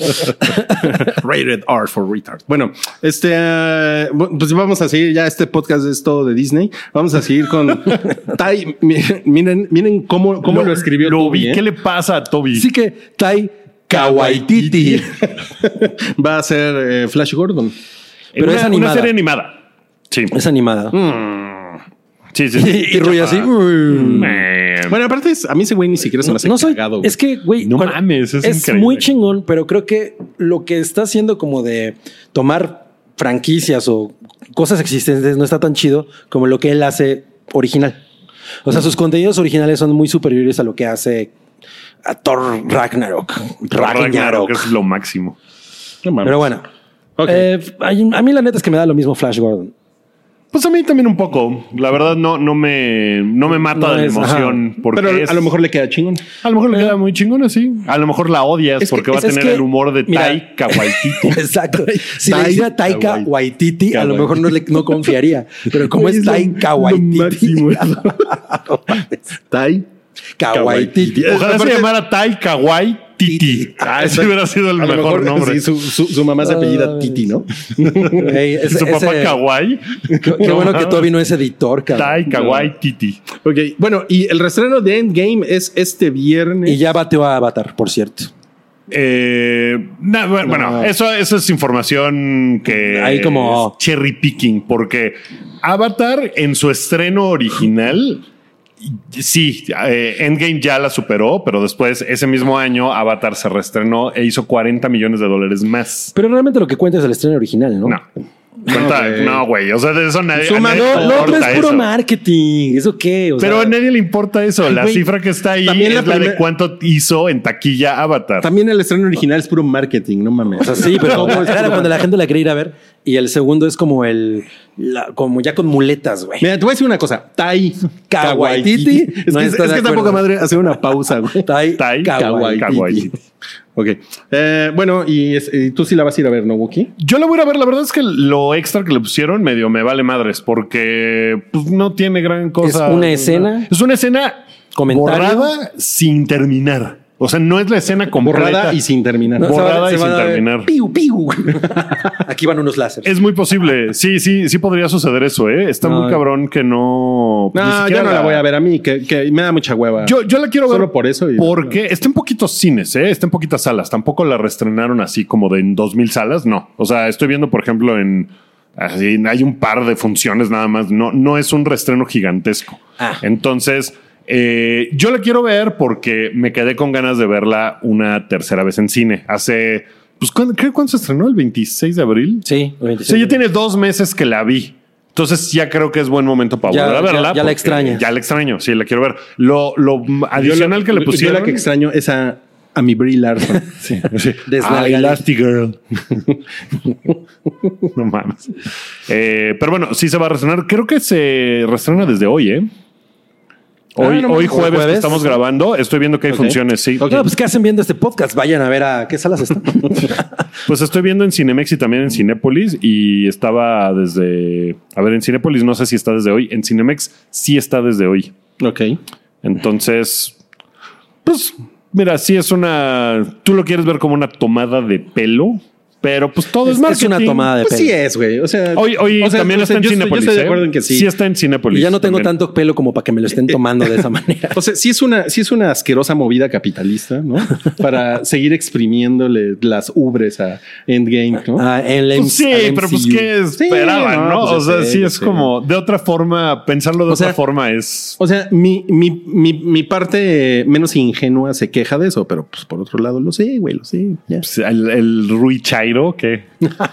Rated R for retard. Bueno, este, eh, bu- pues vamos a seguir ya. Este podcast es todo de Disney. Vamos a seguir con Tai. Mi- Miren, miren cómo, cómo lo, escribió Lo Toby, vi. ¿eh? ¿Qué le pasa a Toby? Así que Tai Kawaititi. Va a ser eh, Flash Gordon. En pero una, es animada. una serie animada. Sí. Es animada. Sí, sí, sí. Y, y Rui así. Man. Bueno, aparte, es- a mí ese güey ni siquiera se me hace No soy. cagado. güey. Es que, güey, No cuando- mames, es es increíble. muy chingón, pero creo que lo que está haciendo como de tomar franquicias o cosas existentes no está tan chido como lo que él hace original. O sea, sus contenidos originales son muy superiores a lo que hace a Thor Ragnarok. Ragnarok Ragnarok. es lo máximo. No mames. Pero bueno. Ok. Eh, hay un- a mí la neta es que me da lo mismo Flash Gordon. Pues a mí también un poco. La verdad no, no me, no me mata No de la es- emoción. Porque Pero es- a lo mejor le queda chingón. a lo mejor le queda muy chingona, sí. A lo mejor la odias Es que- porque va a es- es tener que, el humor de mira, Taika Waititi. Exacto. Si le Tai- dijera Taika Waititi. Waititi, a lo Waititi. mejor no, le, no confiaría. Pero como Güey, es es lo- Taika lo Waititi. máximo eso. Tai. Kawaititi. Ojalá Aparte- se llamara Taika Waititi. Ah, ese hubiera sido el A lo mejor nombre. sí, su, su, su mamá se apellida Ay. Titi, ¿no? Ey, Y ese- su papá ese- Kawaii. Qué, qué bueno que Toby no es editor, cabrón. Taika Waititi. Ok, bueno, y el reestreno de Endgame es este viernes. Y ya bateó a Avatar, por cierto. Eh, na- bueno, bueno, eso, eso es información que Ahí como- es cherry picking, porque Avatar en su estreno original, sí, eh, Endgame ya la superó, pero después ese mismo año Avatar se reestrenó e hizo cuarenta millones de dólares más. Pero realmente lo que cuenta es el estreno original, ¿no? No. Cuenta- güey. no, güey. O sea, de eso nadie, a Suma- nadie No, le no, pero importa es puro eso. marketing. ¿Eso qué? O Pero sea, a nadie le importa eso. La güey, cifra que está ahí también es la la, de primer- cuánto hizo en taquilla Avatar. También el estreno original es puro marketing, no mames. o sea, sí, pero era cuando la gente la quería ir a ver. Y el segundo es como el, la- como ya con muletas, güey. Mira, te voy a decir una cosa. Tai Kawaititi. Es No que, está es de que está acuerdo. poca madre hacer una pausa, güey. Tai, Tai Kawaititi. Kawaititi. Ok. Eh, bueno, y, es- y tú sí la vas a ir a ver, ¿no, Wookie? Yo la voy a ir a ver. La verdad es que lo extra que le pusieron medio me vale madres porque pues, no tiene gran cosa. Es una escena. Es una escena Comentario. borrada sin terminar. O sea, no es la escena completa. Borrada y sin terminar. No, se va- borrada se y van sin a ver, terminar. Piu, piu. Aquí van unos láseres. Es muy posible. Sí, sí, sí podría suceder eso, ¿eh? Está No. muy cabrón que no... pues, ni No, yo siquiera no la voy a ver a mí, que, que me da mucha hueva. Yo, yo la quiero ver. Solo por eso y- porque está en poquitos cines, ¿eh? Está en poquitas salas. Tampoco la reestrenaron así como de en dos mil salas. No. O sea, estoy viendo, por ejemplo, en... Así, hay un par de funciones nada más. No, no es un reestreno gigantesco. Ah. Entonces, eh, yo la quiero ver porque me quedé con ganas de verla una tercera vez en cine. Hace... Pues, ¿cuándo, creo, ¿cuándo se estrenó? ¿El veintiséis de abril? Sí, O sea, ya tiene dos meses que la vi. Entonces ya creo que es buen momento para Ya- volver a ya- verla. ya la porque extrañas. Ya la extraño, sí, la quiero ver. Lo, lo adicional Yo la- que le pusieron... Yo la que extraño es a, a mi Brie Larson. Sí, sí. Desnalgale. Ah, Elastigirl. No mames. Eh, pero bueno, sí se va a reestrenar. Creo que se reestrena desde hoy, ¿eh? Hoy, Ah, no hoy mames. jueves, que ¿Jueves? estamos grabando, estoy viendo que hay Ok. funciones, sí. Ok. No, pues ¿qué hacen viendo este podcast? Vayan a ver a qué salas están. Pues estoy viendo en Cinemex y también en Cinépolis y estaba desde... A ver, en Cinépolis no sé si está desde hoy. En Cinemex sí está desde hoy. Ok. Entonces, pues mira, sí es una... Tú lo quieres ver como una tomada de pelo, pero pues todo es, Es, más es una tomada de Pues pelo. sí es, güey. O sea, Hoy, hoy o sea, también o está sea, en yo estoy- Cinépolis. Yo estoy de ¿eh? acuerdo en que sí. Sí está en Cinépolis. Y ya no tengo también. tanto pelo como para que me lo estén tomando de esa manera. O sea, sí es una, sí es una asquerosa movida capitalista, ¿no? Para seguir exprimiéndole las ubres a Endgame, ¿no? Ah, el Pues sí, al pero pues M C U. qué esperaban, no, ¿no? pues o ya sea, sé, sí ya es sé. como de otra forma, pensarlo de O otra sea, forma es... O sea, mi, mi, mi, mi parte menos ingenua se queja de eso, pero pues por otro lado lo sé, güey, lo sé. Ya. pues, el, el Rui Chairo, que...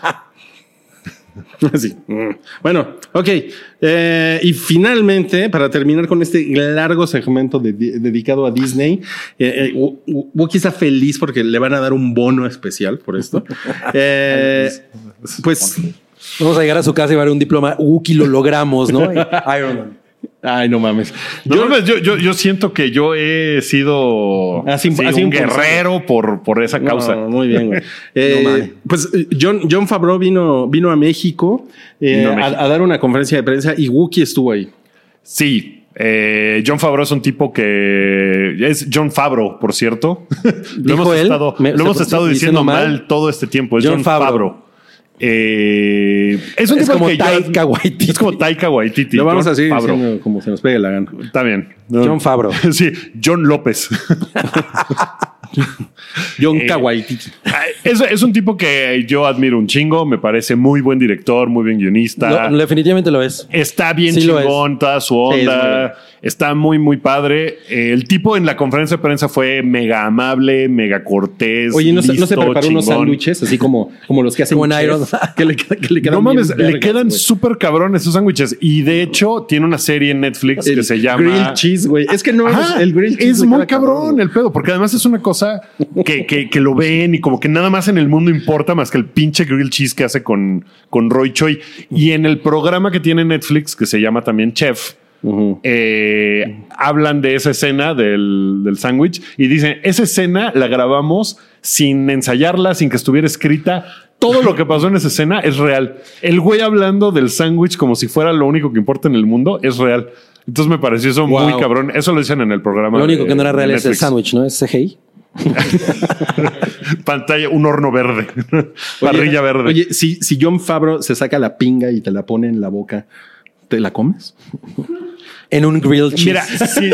Sí. Mm. Bueno, ok. Eh, y finalmente, para terminar con este largo segmento de- de- dedicado a Disney, eh, eh, Wo- Wo- Wookie está feliz porque le van a dar un bono especial por esto. Eh, pues, Vamos a llegar a su casa y va a haber un diploma. Wookie, lo logramos, ¿no? Iron Man. ay, no mames. No, Yo- mames, yo, yo, yo siento que yo he sido Así- sí, así un impulsado. guerrero por, por esa causa. No, muy bien, güey. Eh, No mames. pues eh, John, John Favreau vino, vino a México, eh, Vino a a, México. a dar una conferencia de prensa y Wookie estuvo ahí. Sí. eh, John Favreau es un tipo que es John Favreau, por cierto. lo Dijo hemos él, estado, me- lo se- hemos se- estado diciendo diciendo mal, mal. todo este tiempo. Es John, John Favreau. Favreau. Eh, es un Es tipo al como que yo- Taika Waititi. Es como Taika Waititi. Lo vamos John a seguir Favreau. diciendo como se nos pegue la gana. Está bien. John Favreau. Sí, John López. John Eh, Kawaititi. Es, es un tipo que yo admiro un chingo. Me parece muy buen director, muy buen guionista. Lo- definitivamente lo es. Está bien Sí lo chingón, toda su Sí, es muy onda. bueno. Está muy, muy padre. Eh, el tipo en la conferencia de prensa fue mega amable, mega cortés. Oye, ¿no, se- listo, ¿no se preparó unos chingón. sándwiches así como, como los que hacen Como en chef, Iron- que le, queda- que le quedan No mames, bien le vergas, quedan güey. súper cabrones esos sándwiches. Y de hecho, tiene una serie en Netflix que El se llama Grilled Cheese, güey. Es que no, Ajá, es el Grilled Cheese es le muy queda cabrón güey. el pedo, porque además es una cosa que, que, que lo ven y como que nada más en el mundo importa más que el pinche grilled cheese que hace con, con Roy Choi. Y en el programa que tiene Netflix, que se llama también Chef, Ujú. eh, hablan de esa escena del, del sándwich y dicen, esa escena la grabamos sin ensayarla, sin que estuviera escrita. Todo lo que pasó en esa escena es real. El güey hablando del sándwich como si fuera lo único que importa en el mundo es real. Entonces me pareció eso Wow. muy cabrón. Eso lo dicen en el programa. Lo único de- que no era de real es el Netflix. sándwich, ¿no? Es C G I. Pantalla, un horno verde. Oye, Parrilla verde. Oye, si, si John Favreau se saca la pinga y te la pone en la boca, ¿te la comes? En un grilled cheese. Mira, si,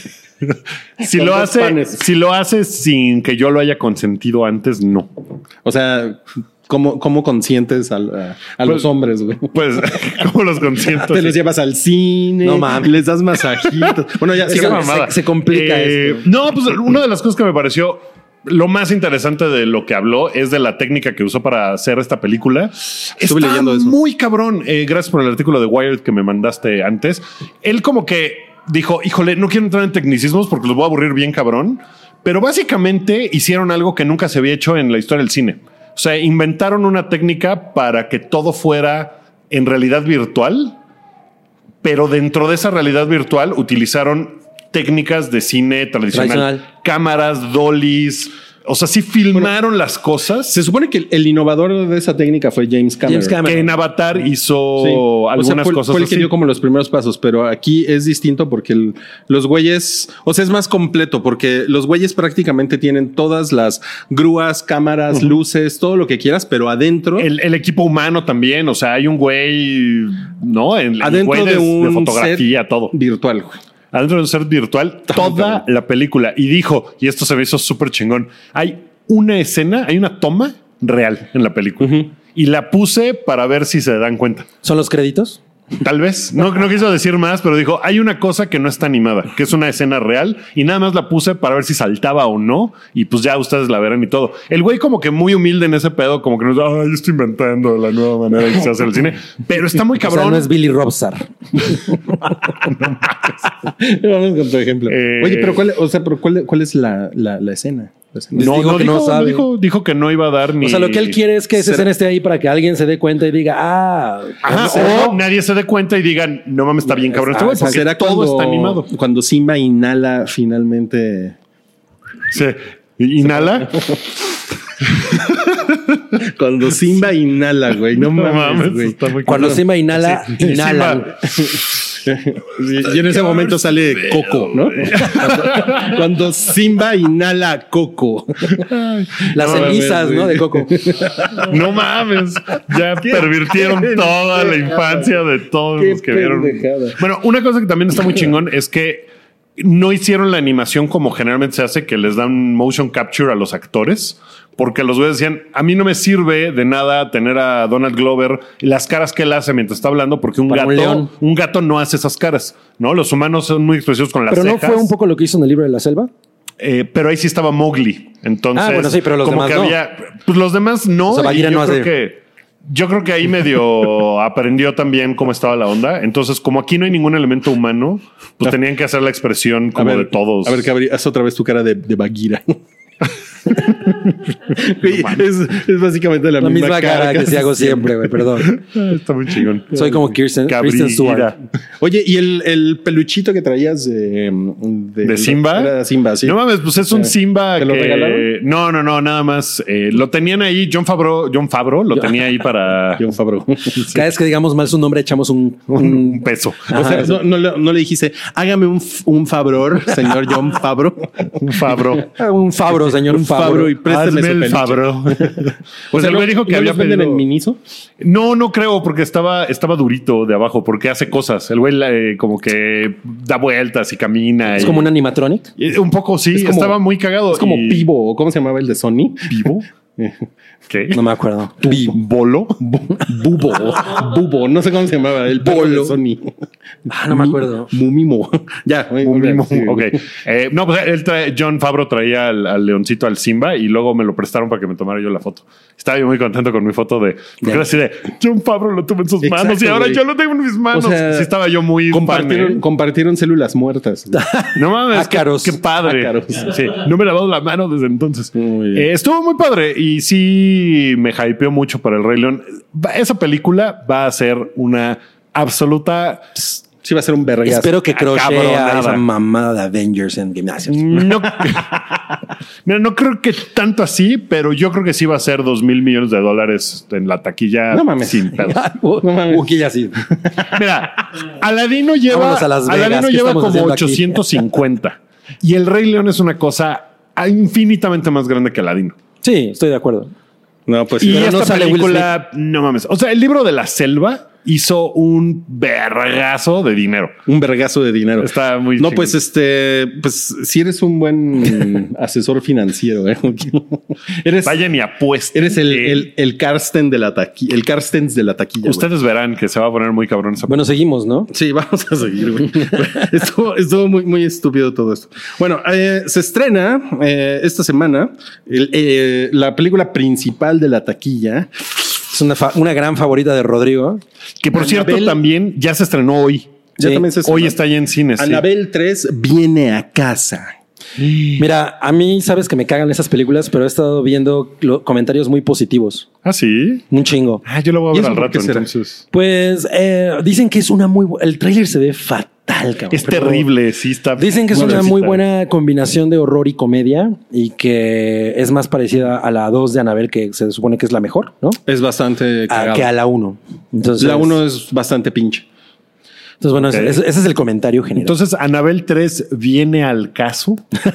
si Con lo dos hace, panes. si lo hace sin que yo lo haya consentido antes, no. O sea, ¿cómo, cómo consientes al- a, a los Pues- hombres, güey? Pues, ¿cómo los consiento? Te los llevas al cine, No mames. les das masajitos. Bueno, ya, Qué sí, se- mamada. se- se complica esto. No, pues una de las cosas que me pareció lo más interesante de lo que habló es de la técnica que usó para hacer esta película. Estuve Está leyendo eso. muy cabrón. Eh, gracias por el artículo de Wired que me mandaste antes. Él como que dijo, híjole, no quiero entrar en tecnicismos porque los voy a aburrir bien cabrón. Pero básicamente hicieron algo que nunca se había hecho en la historia del cine. O sea, inventaron una técnica para que todo fuera en realidad virtual, pero dentro de esa realidad virtual utilizaron técnicas de cine tradicional, Tradicional. cámaras, dollies. O sea, sí filmaron las cosas. Se supone que el, el innovador de esa técnica fue James Cameron. James Cameron. Que en Avatar hizo Sí. O sea, algunas fue, cosas fue el que así. dio como los primeros pasos, pero aquí es distinto porque el- los güeyes, o sea, es más completo porque los güeyes prácticamente tienen todas las grúas, cámaras, luces, todo lo que quieras, pero adentro, El, el equipo humano también. O sea, hay un güey, ¿no? El, el adentro güey de un fotografía, set todo. virtual. güey. Adentro de un set virtual, toda la película. Y dijo, y esto se me hizo súper chingón, hay una escena, hay una toma real en la película. Y la puse para ver si se dan cuenta. ¿Son los créditos? Tal vez. No, no quiso decir más, pero dijo, hay una cosa que no está animada, que es una escena real. Y nada más la puse para ver si saltaba o no. Y pues ya ustedes la verán y todo. El güey como que muy humilde en ese pedo, como que nos da, yo estoy inventando la nueva manera en que se hace el cine. Pero está muy O sea, cabrón. no es Billy Robstar. Vamos con tu ejemplo. Eh, Oye, pero cuál, o sea, pero cuál, cuál es la, la, la escena? La escena. No, dijo no que dijo, no no sabe. dijo, dijo que no iba a dar ni. O sea, lo que él quiere es que esa Será- escena esté ahí para que alguien se dé cuenta y diga, ah, Ajá, ¿cómo se- o nadie se dé cuenta y digan, no mames, está bien cabrón este Ah, güey, o sea, porque ¿Será todo cuando, está animado. cuando Simba inhala finalmente? Sí. Inhala. Cuando Simba inhala, güey. No, No mames, mames, güey. está muy Cuando cabrón. Simba inhala, Sí, inhalan. Simba. Y en ese momento sale Coco, ¿no? Cuando, cuando Simba inhala Coco. Las No, cenizas, mames, ¿no? güey. De Coco. No mames, ya pervirtieron toda la infancia de todos Qué los que vieron. pendejada. Bueno, una cosa que también está muy chingón es que no hicieron la animación como generalmente se hace, que les dan motion capture a los actores, porque los güeyes decían, a mí no me sirve de nada tener a Donald Glover y las caras que él hace mientras está hablando, porque un Para un gato, león. un gato no hace esas caras, ¿no? Los humanos son muy expresivos con las Pero no cejas. fue un poco lo que hizo en el libro de la selva. Eh, pero ahí sí estaba Mowgli. Entonces, Ah, bueno, sí, pero los como demás que no. había, pues los demás no. O sea, y Bagheera yo no creo hace- que yo creo que ahí medio aprendió también cómo estaba la onda. Entonces, como aquí no hay ningún elemento humano, pues tenían que hacer la expresión como a ver, de todos. A ver, Cabri, haz otra vez tu cara de, de Bagheera. Güey, es, es básicamente la, La misma, misma cara que casi sí hago siempre, güey. Perdón. Ah, está muy chingón. Soy como Kirsten, Cabrilla. Kristen Stewart. Oye, ¿y el, el peluchito que traías de, de, ¿De Simba? Era Simba, sí. No mames, pues es un Eh, Simba ¿te lo que... regalaron? No, no, no, nada más. Eh, lo tenían ahí, John Favreau, John Favreau lo tenía ahí para John Favreau. Cada vez que digamos mal su nombre, echamos un, un un peso. O sea, no, no le- no le dijiste, hágame un, f- un favor, señor John Favreau. Un Favreau. un Fabro, señor Un Fabro. Favreau y préstame Hazme su el peluche. Favreau. O Pues sea, el güey dijo que ¿no había los venden pedido- en Miniso? No, no creo, porque estaba, estaba durito de abajo, porque hace cosas. El güey eh, como que da vueltas y camina. Es y- como un animatronic. y un poco sí, Es como- estaba muy cagado. Es como y- Pivo, ¿o cómo se llamaba el de Sony? ¿Pivo? ¿Qué? No me acuerdo. ¿Bolo? Bubo. Bubo, no sé cómo se llamaba. El perro de Sony. Ah, no me acuerdo. Mumimo. Ya. muy- Un muy bien, mimo. sí. Ok. Eh, no, pues él trae, John Favreau traía al, al leoncito, al Simba, y luego me lo prestaron para que me tomara yo la foto. Estaba yo muy contento con mi foto de. Porque era así de John Favreau lo tuvo en sus Exacto, manos y ahora güey. yo lo tengo en mis manos. O sea, sí, estaba yo muy Compartieron, fan, ¿eh? compartieron células muertas. No mames, qué, Ácaros. qué padre. Ácaros. Sí, no me he lavado la mano desde entonces. Muy bien. Eh, estuvo muy padre y sí me hypeó mucho para el Rey León. Va- Esa película va a ser una absoluta. Sí, va a ser un vergazo. Espero que crochea cabronada. esa mamada de Avengers en gimnasios. No, mira, no creo que tanto así, pero yo creo que sí va a ser dos mil millones de dólares en la taquilla. No mames. Sin pedos. No mames. Wookiee ya sí. Mira, Aladino lleva, Vámonos a Las Vegas. Aladino ¿Qué lleva estamos como haciendo aquí? ochocientos cincuenta y el Rey León es una cosa infinitamente más grande que Aladino. Sí, estoy de acuerdo. No, pues Y sí. Pero no esta sale Will película, no mames. O sea, el libro de la selva hizo un vergazo de dinero. Un vergazo de dinero. Está muy No, chingón. pues este, pues si eres un buen asesor financiero, ¿eh? eres, Vayan y apuesten. eres el, Eh, el, el Karsten de la taquilla, el Karstens de la taquilla. güey. Ustedes verán que se va a poner muy cabrón esa Bueno, seguimos, ¿no? Sí, vamos a seguir. Güey. estuvo, estuvo muy, muy estúpido todo esto. Bueno, eh, se estrena eh, esta semana el, eh, la película principal de la taquilla. Es una, fa- una gran favorita de Rodrigo. Que por cierto Anabel- también ya se estrenó hoy. Ya Sí. también se Hoy estrena. está ya en cines. sí. Anabel tres viene a casa. Mira, a mí sabes que me cagan esas películas, pero he estado viendo lo- comentarios muy positivos. Ah, sí. Un chingo. Ah, yo lo voy a ¿Y ver eso al por rato. qué será? Entonces. Pues eh, dicen que es una muy bu- el tráiler se ve fatal, cabrón. Es pero terrible. Sí, está. Dicen que es Bueno, una sí muy está. buena combinación de horror y comedia y que es más parecida a la dos de Anabel, que se supone que es la mejor, ¿no? Es bastante A- cagado. que a la uno. Entonces, La uno es bastante pinche. Entonces, bueno, Ok. ese, ese es el comentario general. Entonces, Anabel tres viene al caso.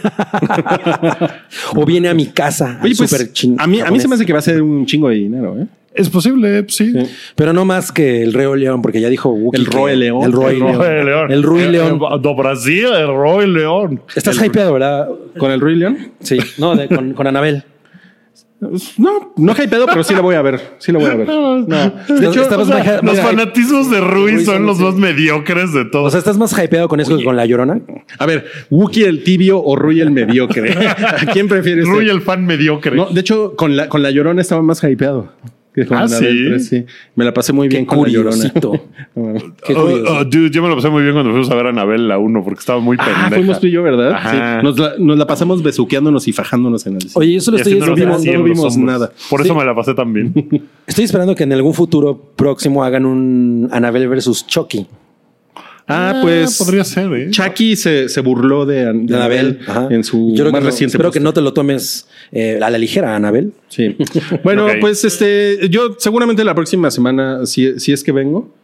o viene a mi casa. Oye, pues súper chin- a mí, a mí japonés. se me hace que va a ser un chingo de dinero, ¿eh? Es posible, sí. Sí. Pero no más que el Rey León, porque ya dijo Wookiee El que- Roy León. El Roy El León. Roy León. El Rui Eh, León. eh, Do Brasil, el Roy León. Estás El- hypeado, ¿verdad? ¿Con el Rey León? Sí. No, de- con, con Anabel. No, no hay pedo, pero sí la voy a ver. Sí la voy a ver. No. De hecho, Estabas o sea, baja- Los mira, fanatismos de Rui Rui son son- los más mediocres de O todos. sea, ¿estás más hypeado con eso que con La Llorona? a ver, Wookiee el tibio o Rui el mediocre. ¿A quién prefieres? Rui el fan mediocre. No, de hecho, con la, con la Llorona estaba más hypeado. que con Ah, Anabel ¿sí? tres, sí. Me la pasé muy bien con curiosito. la Llorona. No, mames. Qué Oh, curioso. oh, dude, yo me lo pasé muy bien cuando fuimos a ver a Anabel la uno porque estaba muy pendeja. Ah, fuimos tú y yo, ¿verdad? Ajá. Sí. Nos la, nos la pasamos besuqueándonos y fajándonos en el cine. Oye, yo solo Y estoy, haciéndonos no vimos- así no en los vimos hombros. nada. Por Sí. eso me la pasé tan bien. Estoy esperando que en algún futuro próximo hagan un Anabel versus Chucky. Ah, pues podría ser, ¿eh? Chucky se, se burló de, An- de De Anabel. Anabel Ajá. en su Yo creo más que no- reciente Espero post. que no te lo tomes eh, a la ligera, Anabel. Sí. Bueno, Ok. pues este, yo seguramente la próxima semana, si, si es que vengo,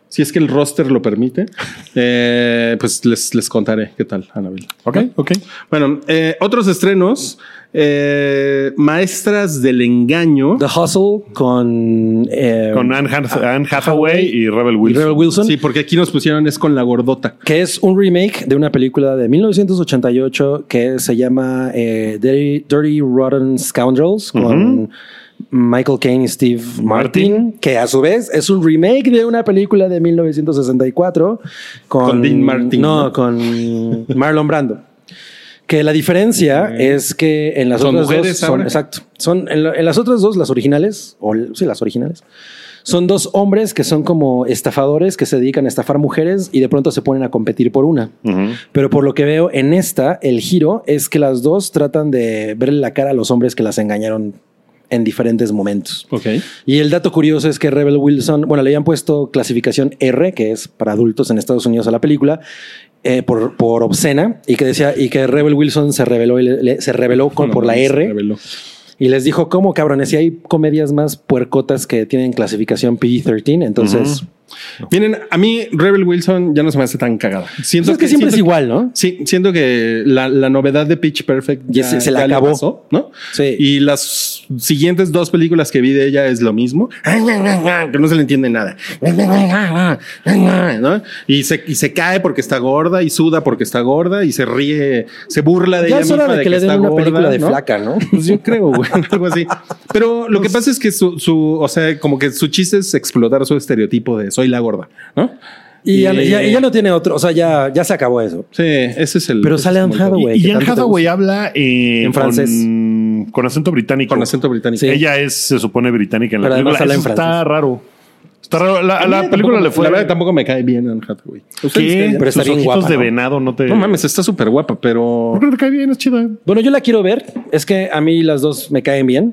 si es que el roster lo permite, eh, pues les, les contaré qué tal, Annabelle. Ok, ok. Bueno, eh, otros estrenos. Eh, Maestras del Engaño. The Hustle con... Eh, Con Anne, Hath- Anne Hathaway y Rebel y Wilson. Rebel Wilson. Sí, porque aquí nos pusieron es con la gordota. Que es un remake de una película de mil novecientos ochenta y ocho que se llama eh, Dirty, Dirty Rotten Scoundrels con Michael Caine y Steve Martin, Martin. que a su vez es un remake de una película de mil novecientos sesenta y cuatro con, Con Dean Martin, No, ¿no? con Marlon Brando. Que la diferencia es que en las ¿Son otras mujeres dos son, ahora? exacto, son en, la- en las otras dos, las originales, o sí, las originales, son dos hombres que son como estafadores que se dedican a estafar mujeres y de pronto se ponen a competir por una. Ujú. Pero por lo que veo en esta, el giro es que las dos tratan de verle la cara a los hombres que las engañaron en diferentes momentos. Ok. Y el dato curioso es que Rebel Wilson, bueno, le habían puesto clasificación R, que es para adultos en Estados Unidos a la película, eh, por, por obscena, y que decía, y que Rebel Wilson se reveló, y le- le- se reveló con, No, por la se R. reveló. Y les dijo, ¿cómo cabrones? Si hay comedias más puercotas que tienen clasificación P G trece, entonces... Miren, a mí Rebel Wilson ya no se me hace tan cagada. Siento Pues es que siempre siento es igual, ¿no? Sí, siento que la, la novedad de Pitch Perfect Ya ya se- se la ya le acabó. pasó, ¿no? Sí. Y las siguientes dos películas que vi de ella es lo mismo, que no se le entiende nada, ¿no? Y se, y se cae porque está gorda y suda porque está gorda y se ríe, se burla de Ya ella es hora misma de que le está den una gorda, película de ¿no? flaca, ¿no? Pues yo creo, güey, algo así. Pero lo que pasa es que su, su, o sea, como que su chiste es explotar su estereotipo de soy la gorda, ¿no? Y ya, ya- ya no tiene otro, o sea, ya, ya se acabó eso. Sí, ese es el. Pero ese sale es Anne como el- Hathaway. Y, que y Anne tanto te Hathaway gusta. habla eh, En francés. Con, con acento británico. Con acento británico. Sí. Ella es, se supone, británica en la Pero además película. habla en Eso está francés. raro. Está raro. La, A a mí la tampoco- película le fue. La verdad, tampoco me cae bien Anne Hathaway. ¿Ustedes ¿Qué? creen? Pero está Sus bien ojitos guapa, de ¿no? venado no te. No mames, está súper guapa, pero. ¿Por qué no te cae bien? Es chida. Bueno, yo la quiero ver. Es que a mí las dos me caen bien.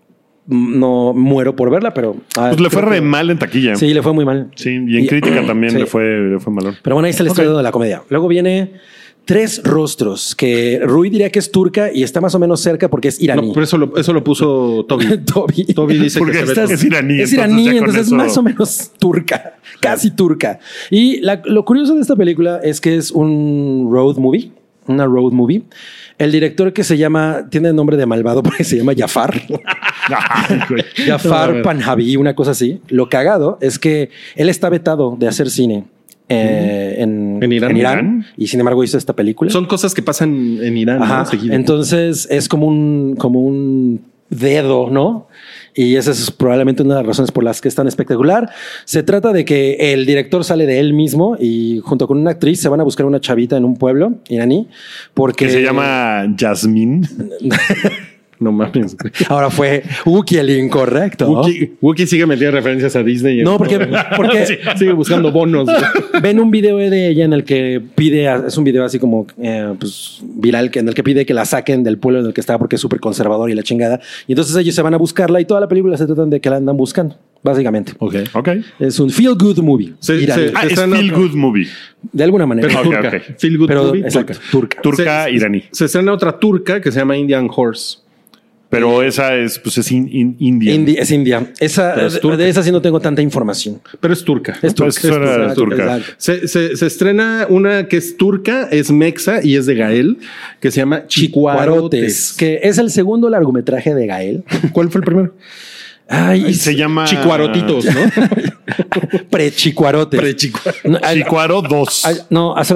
No muero por verla, pero... ah, Pues le fue creo re que- mal en taquilla. Sí, Sí, le fue muy mal. y en crítica también Sí. le fue, le fue malón. Pero bueno, ahí está el estreno de la comedia. Luego viene Tres Rostros, que Rui diría que es turca y está más o menos cerca porque es iraní. No, pero eso lo, eso lo puso Toby. Toby. Toby dice Porque que se ve estás- todo. es iraní, Es entonces iraní, ya con entonces es eso- más o menos turca, casi turca. Y la- lo curioso de esta película es que es un road movie, una road movie. El director que se llama, tiene el nombre de malvado porque se llama Jafar. Ay, güey. Jafar Panjabi, una cosa así. Lo cagado es que él está vetado de hacer cine eh, en, ¿En Irán? ¿Irán? y sin embargo hizo esta película. Son cosas que pasan en Irán, Ajá. ¿no? Seguido. Entonces es como un, como un dedo, ¿no? Y esa es probablemente una de las razones por las que es tan espectacular. Se trata de que el director sale de él mismo y junto con una actriz se van a buscar una chavita en un pueblo iraní porque Que se llama Jasmine. No mames. ahora fue Uki el incorrecto. Wookie, Wookie sigue metiendo referencias a Disney. No, porque, porque Sí, sigue buscando bonos. güey. ven un video de ella en el que pide, a- es un video así como eh, pues, viral, que en el que pide que la saquen del pueblo en el que está porque es súper conservador y la chingada. Y entonces ellos se van a buscarla y toda la película se tratan de que la andan buscando, básicamente. Ok. Ok. Es un feel good movie. Se- iraní. se- Ah, es estrena Feel otro- Good Movie. De alguna manera. Pero Ok, turca. ok. Feel Good Pero, Movie, exacto, turca. turca. Turca Se- iraní. Se estrena otra turca que se llama Indian Horse. Pero esa es, pues es in- in- India. Indi- es India. Esa, Pero es de, turca. de esa sí no tengo tanta información. Pero es turca. Es turca. Pues suena es turca. Exacto. Se, se- se estrena una que es turca, es mexa y es de Gael, que se llama Chicuarotes. Chicuarotes, que es el segundo largometraje de Gael. ¿Cuál fue el primero? Ay, Y se llama Chicuarotitos, ¿no? Pre-chicuarotes. Pre-chicuarotes. No, ay, Chicuaro dos. ay, no, hace-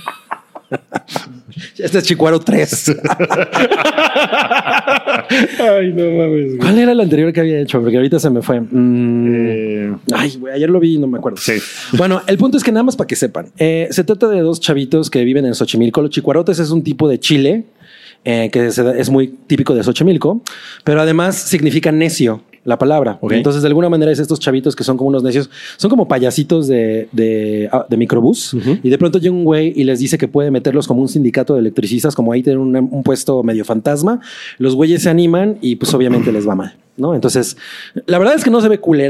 este es Chicuaro tres. Ay, no mames. güey. ¿Cuál era el anterior que había hecho? Porque ahorita se me fue. Mm, Eh, Ay, güey, ayer lo vi y no me acuerdo. Sí. Bueno, el punto es que nada más para que sepan, eh, se trata de dos chavitos que viven en Xochimilco. Los chicuarotes es un tipo de chile eh, que se da- es muy típico de Xochimilco, pero además significa necio la palabra. Ok. Entonces, de alguna manera es estos chavitos que son como unos necios, son como payasitos de, de, ah, de microbús. Y de pronto llega un güey y les dice que puede meterlos como un sindicato de electricistas, como ahí tienen un, un puesto medio fantasma. Los güeyes se animan y pues obviamente les va mal, ¿no? Entonces, la verdad es que no se ve culera.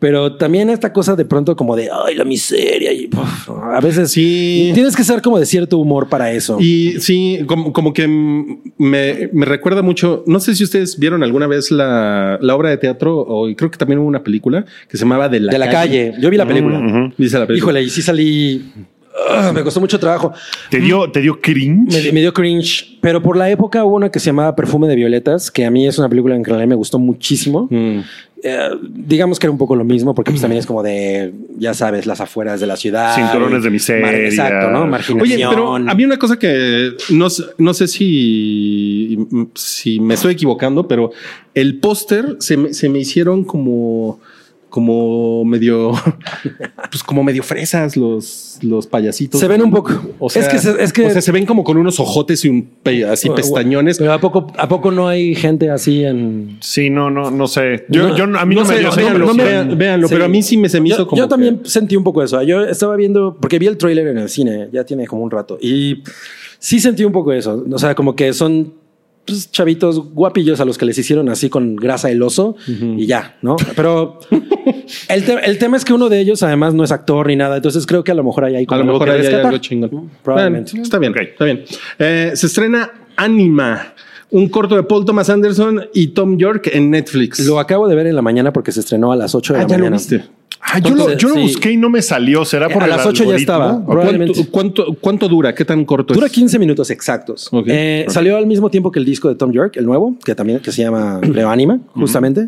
Pero también esta cosa de pronto como de, ay, la miseria. Y uf, a veces Sí. tienes que ser como de cierto humor para eso. Y sí, como, como que me, me recuerda mucho. No sé si ustedes vieron alguna vez la, la obra de teatro, o creo que también hubo una película que se llamaba De la, de la calle. Yo vi la película. Ujú. Dice la película. Híjole, y sí salí... ah, me costó mucho trabajo. ¿Te dio, te dio cringe? Me, me dio cringe. Pero por la época hubo una que se llamaba Perfume de Violetas, que a mí es una película en que realidad me gustó muchísimo. Mm. Eh, digamos que era un poco lo mismo, porque pues también es como de, ya sabes, las afueras de la ciudad. Cinturones de miseria. Mar- exacto, ¿no? Marginación. Oye, pero había una cosa que no, sé- no sé si, si me estoy equivocando, pero el póster se me, se me hicieron como, como medio, pues como medio fresas los, los payasitos. Se ven un poco. O sea, es que, se- es que o sea, se ven como con unos ojotes y un pe- así pestañones. Pero ¿a poco, ¿a poco no hay gente así en...? Sí, no, no, no sé. Yo, No, yo, a mí no, No me sé, dio esa véanlo, impresión. vean- véanlo, Sí. pero a mí sí me se me hizo Yo, como yo que- también sentí un poco eso. Yo estaba viendo, porque vi el tráiler en el cine, ya tiene como un rato, y sí sentí un poco eso. O sea, como que son pues, chavitos guapillos a los que les hicieron así con grasa el oso y ya, ¿no? Pero el, te- el tema es que uno de ellos además no es actor ni nada, entonces creo que a lo mejor hay A como lo algo mejor que ahí hay rescatar. algo chingón. Probablemente. Bueno, está bien, Ok. está bien. Eh, se estrena Anima, un corto de Paul Thomas Anderson y Tom York en Netflix. Lo acabo de ver en la mañana porque se estrenó a las ocho de Ah, la ya lo mañana. viste. Ah, yo lo, yo lo Sí. busqué y no me salió. ¿Será por A el las ocho ya algoritmo? estaba. Ok. Probablemente. ¿Cuánto, cuánto, cuánto dura? ¿Qué tan corto Dura es? quince minutos exactos. Ok. Eh, Ok. Salió al mismo tiempo que el disco de Tom York, el nuevo, que también que se llama Creo Anima, justamente.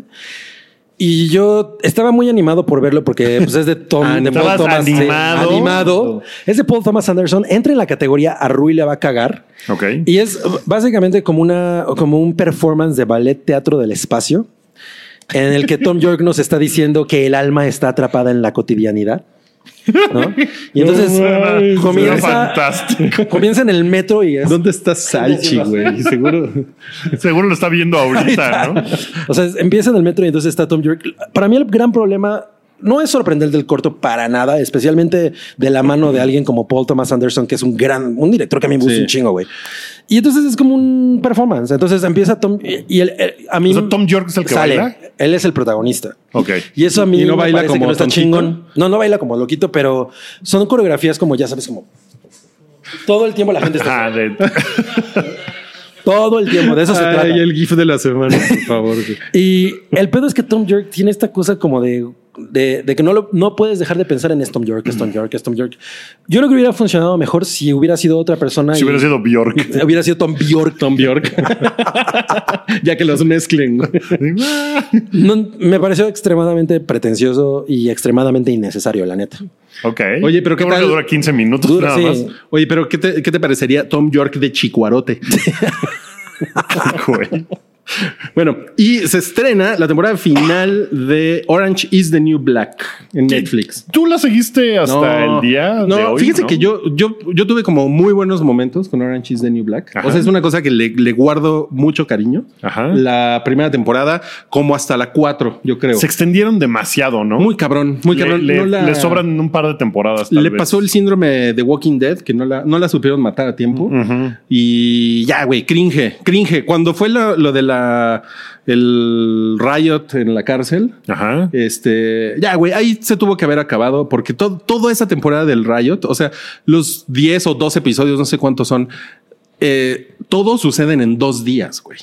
Y yo estaba muy animado por verlo porque pues, es de Tom, de Paul ¿Estabas Thomas. sí, animado? animado. Es de Paul Thomas Anderson. Entra en la categoría A Rui le va a cagar. Ok. Y es básicamente como una, como un performance de ballet teatro del espacio en el que Tom York nos está diciendo que el alma está atrapada en la cotidianidad. ¿No? Y entonces Suena- suena comienza, fantástico. comienza en el metro y es ¿Dónde está Salchi, güey? Seguro. Seguro lo está viendo ahorita, ¿no? O sea, empieza en el metro y entonces está Tom York. Para mí el gran problema no es sorprender del corto para nada, especialmente de la mano de alguien como Paul Thomas Anderson, que es un gran, un director que a mí me gusta Sí. un chingo, güey. Y entonces es como un performance. Entonces empieza Tom y el, el- a mí O sea, Tom York es el que sale. baila. Él es el protagonista. Ok. Y eso a mí ¿Y no me baila parece como que no está tontito? chingón. No, no baila como loquito, pero son coreografías como ya sabes, como todo el tiempo la gente está Ah, de- todo el tiempo. De eso se trata. Ay, el gif de la semana, por favor. güey. Y el pedo es que Tom York tiene esta cosa como de, de, de que no, lo, no puedes dejar de pensar en es Tom York, es Tom York, es Tom York. Yo creo que hubiera funcionado mejor si hubiera sido otra persona. si y- hubiera sido Bjork. hubiera sido Tom Bjork. Tom Bjork. Ya que los mezclen. güey. No, me pareció extremadamente pretencioso y extremadamente innecesario, la neta. Ok. Oye, pero ¿qué Bueno tal? que dura quince minutos Dura, nada sí. más. Oye, pero ¿qué te, qué te parecería Tom York de Chicuarote? Güey. Bueno, y se estrena la temporada final de Orange is the New Black en Netflix. ¿Tú la seguiste hasta el día no, de hoy? fíjense ¿no? que yo, yo, yo tuve como muy buenos momentos con Orange is the New Black. Ajá. O sea, es una cosa que le, le guardo mucho cariño. Ajá. La primera temporada, como hasta la cuatro, yo creo. Se extendieron demasiado, ¿no? Muy cabrón, muy Le- cabrón. Le, No la- le sobran un par de temporadas. tal Le vez. pasó el síndrome de Walking Dead, que no la, no la supieron matar a tiempo. Ujú. Y ya, güey, cringe, cringe. Cuando fue lo, lo de la el riot en la cárcel, Ajá. este, ya, güey, ahí se tuvo que haber acabado porque todo, toda esa temporada del riot, o sea, los diez o doce episodios, no sé cuántos son, eh, todos suceden en dos días, güey.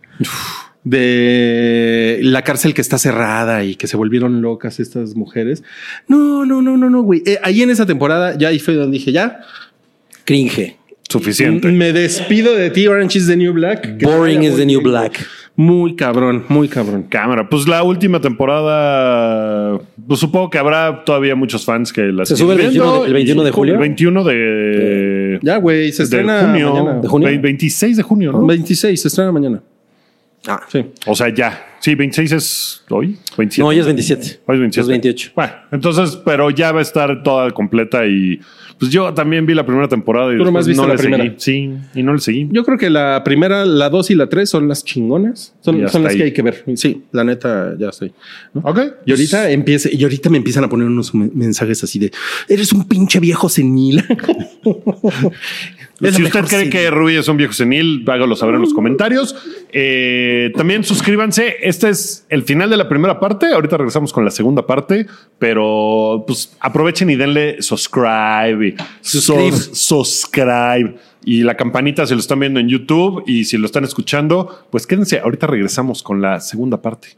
De la cárcel que está cerrada y que se volvieron locas estas mujeres. No, no, no, no, no, güey. Eh, ahí en esa temporada ya ahí fue donde dije, ya, Cringe. Suficiente. me despido de ti, Orange is the New Black. Que Boring vaya is muy the new bien, black. güey. Muy cabrón, muy cabrón. Cámara. Pues la última temporada, pues supongo que habrá todavía muchos fans que la ¿Se siguen sube el viendo. veintiuno de- el veintiuno de Y- julio? El veintiuno de... Ya, güey, se de estrena junio. mañana. ¿De junio? Ve- veintiséis de junio, ¿no? veintiséis, se estrena mañana. Ah. Sí. O sea, ya. Sí, veintiséis es hoy. veintisiete. No, hoy es veintisiete. Hoy es veintisiete. Es veintiocho. Bueno, entonces, pero ya va a estar toda completa y pues yo también vi la primera temporada y Tú nomás después viste no la le primera. seguí. Sí, y no le seguí. Yo creo que la primera, la dos y la tres son las chingonas. Son, Y son hasta las ahí. que hay que ver. Sí, la neta, ya estoy. ¿no? Ok. Y ahorita empieza, y ahorita me empiezan a poner unos men- mensajes así de eres un pinche viejo senil. Es si la usted mejor cree serie. que Rui es un viejo senil, hágalo saber en los comentarios. Eh, también suscríbanse. Este es el final de la primera parte. Ahorita regresamos con la segunda parte, pero pues aprovechen y denle subscribe. y Suscribe. sus- subscribe. Y la campanita si lo están viendo en YouTube y si lo están escuchando, pues quédense. Ahorita regresamos con la segunda parte.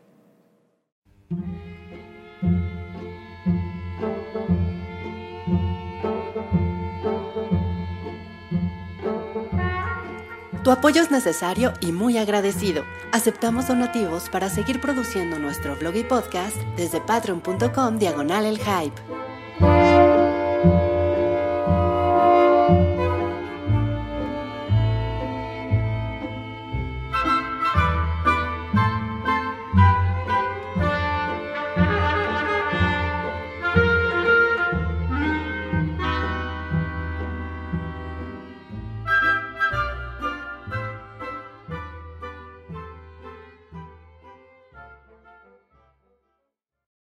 Tu apoyo es necesario y muy agradecido. Aceptamos donativos para seguir produciendo nuestro blog y podcast desde patreon punto com diagonal el hype.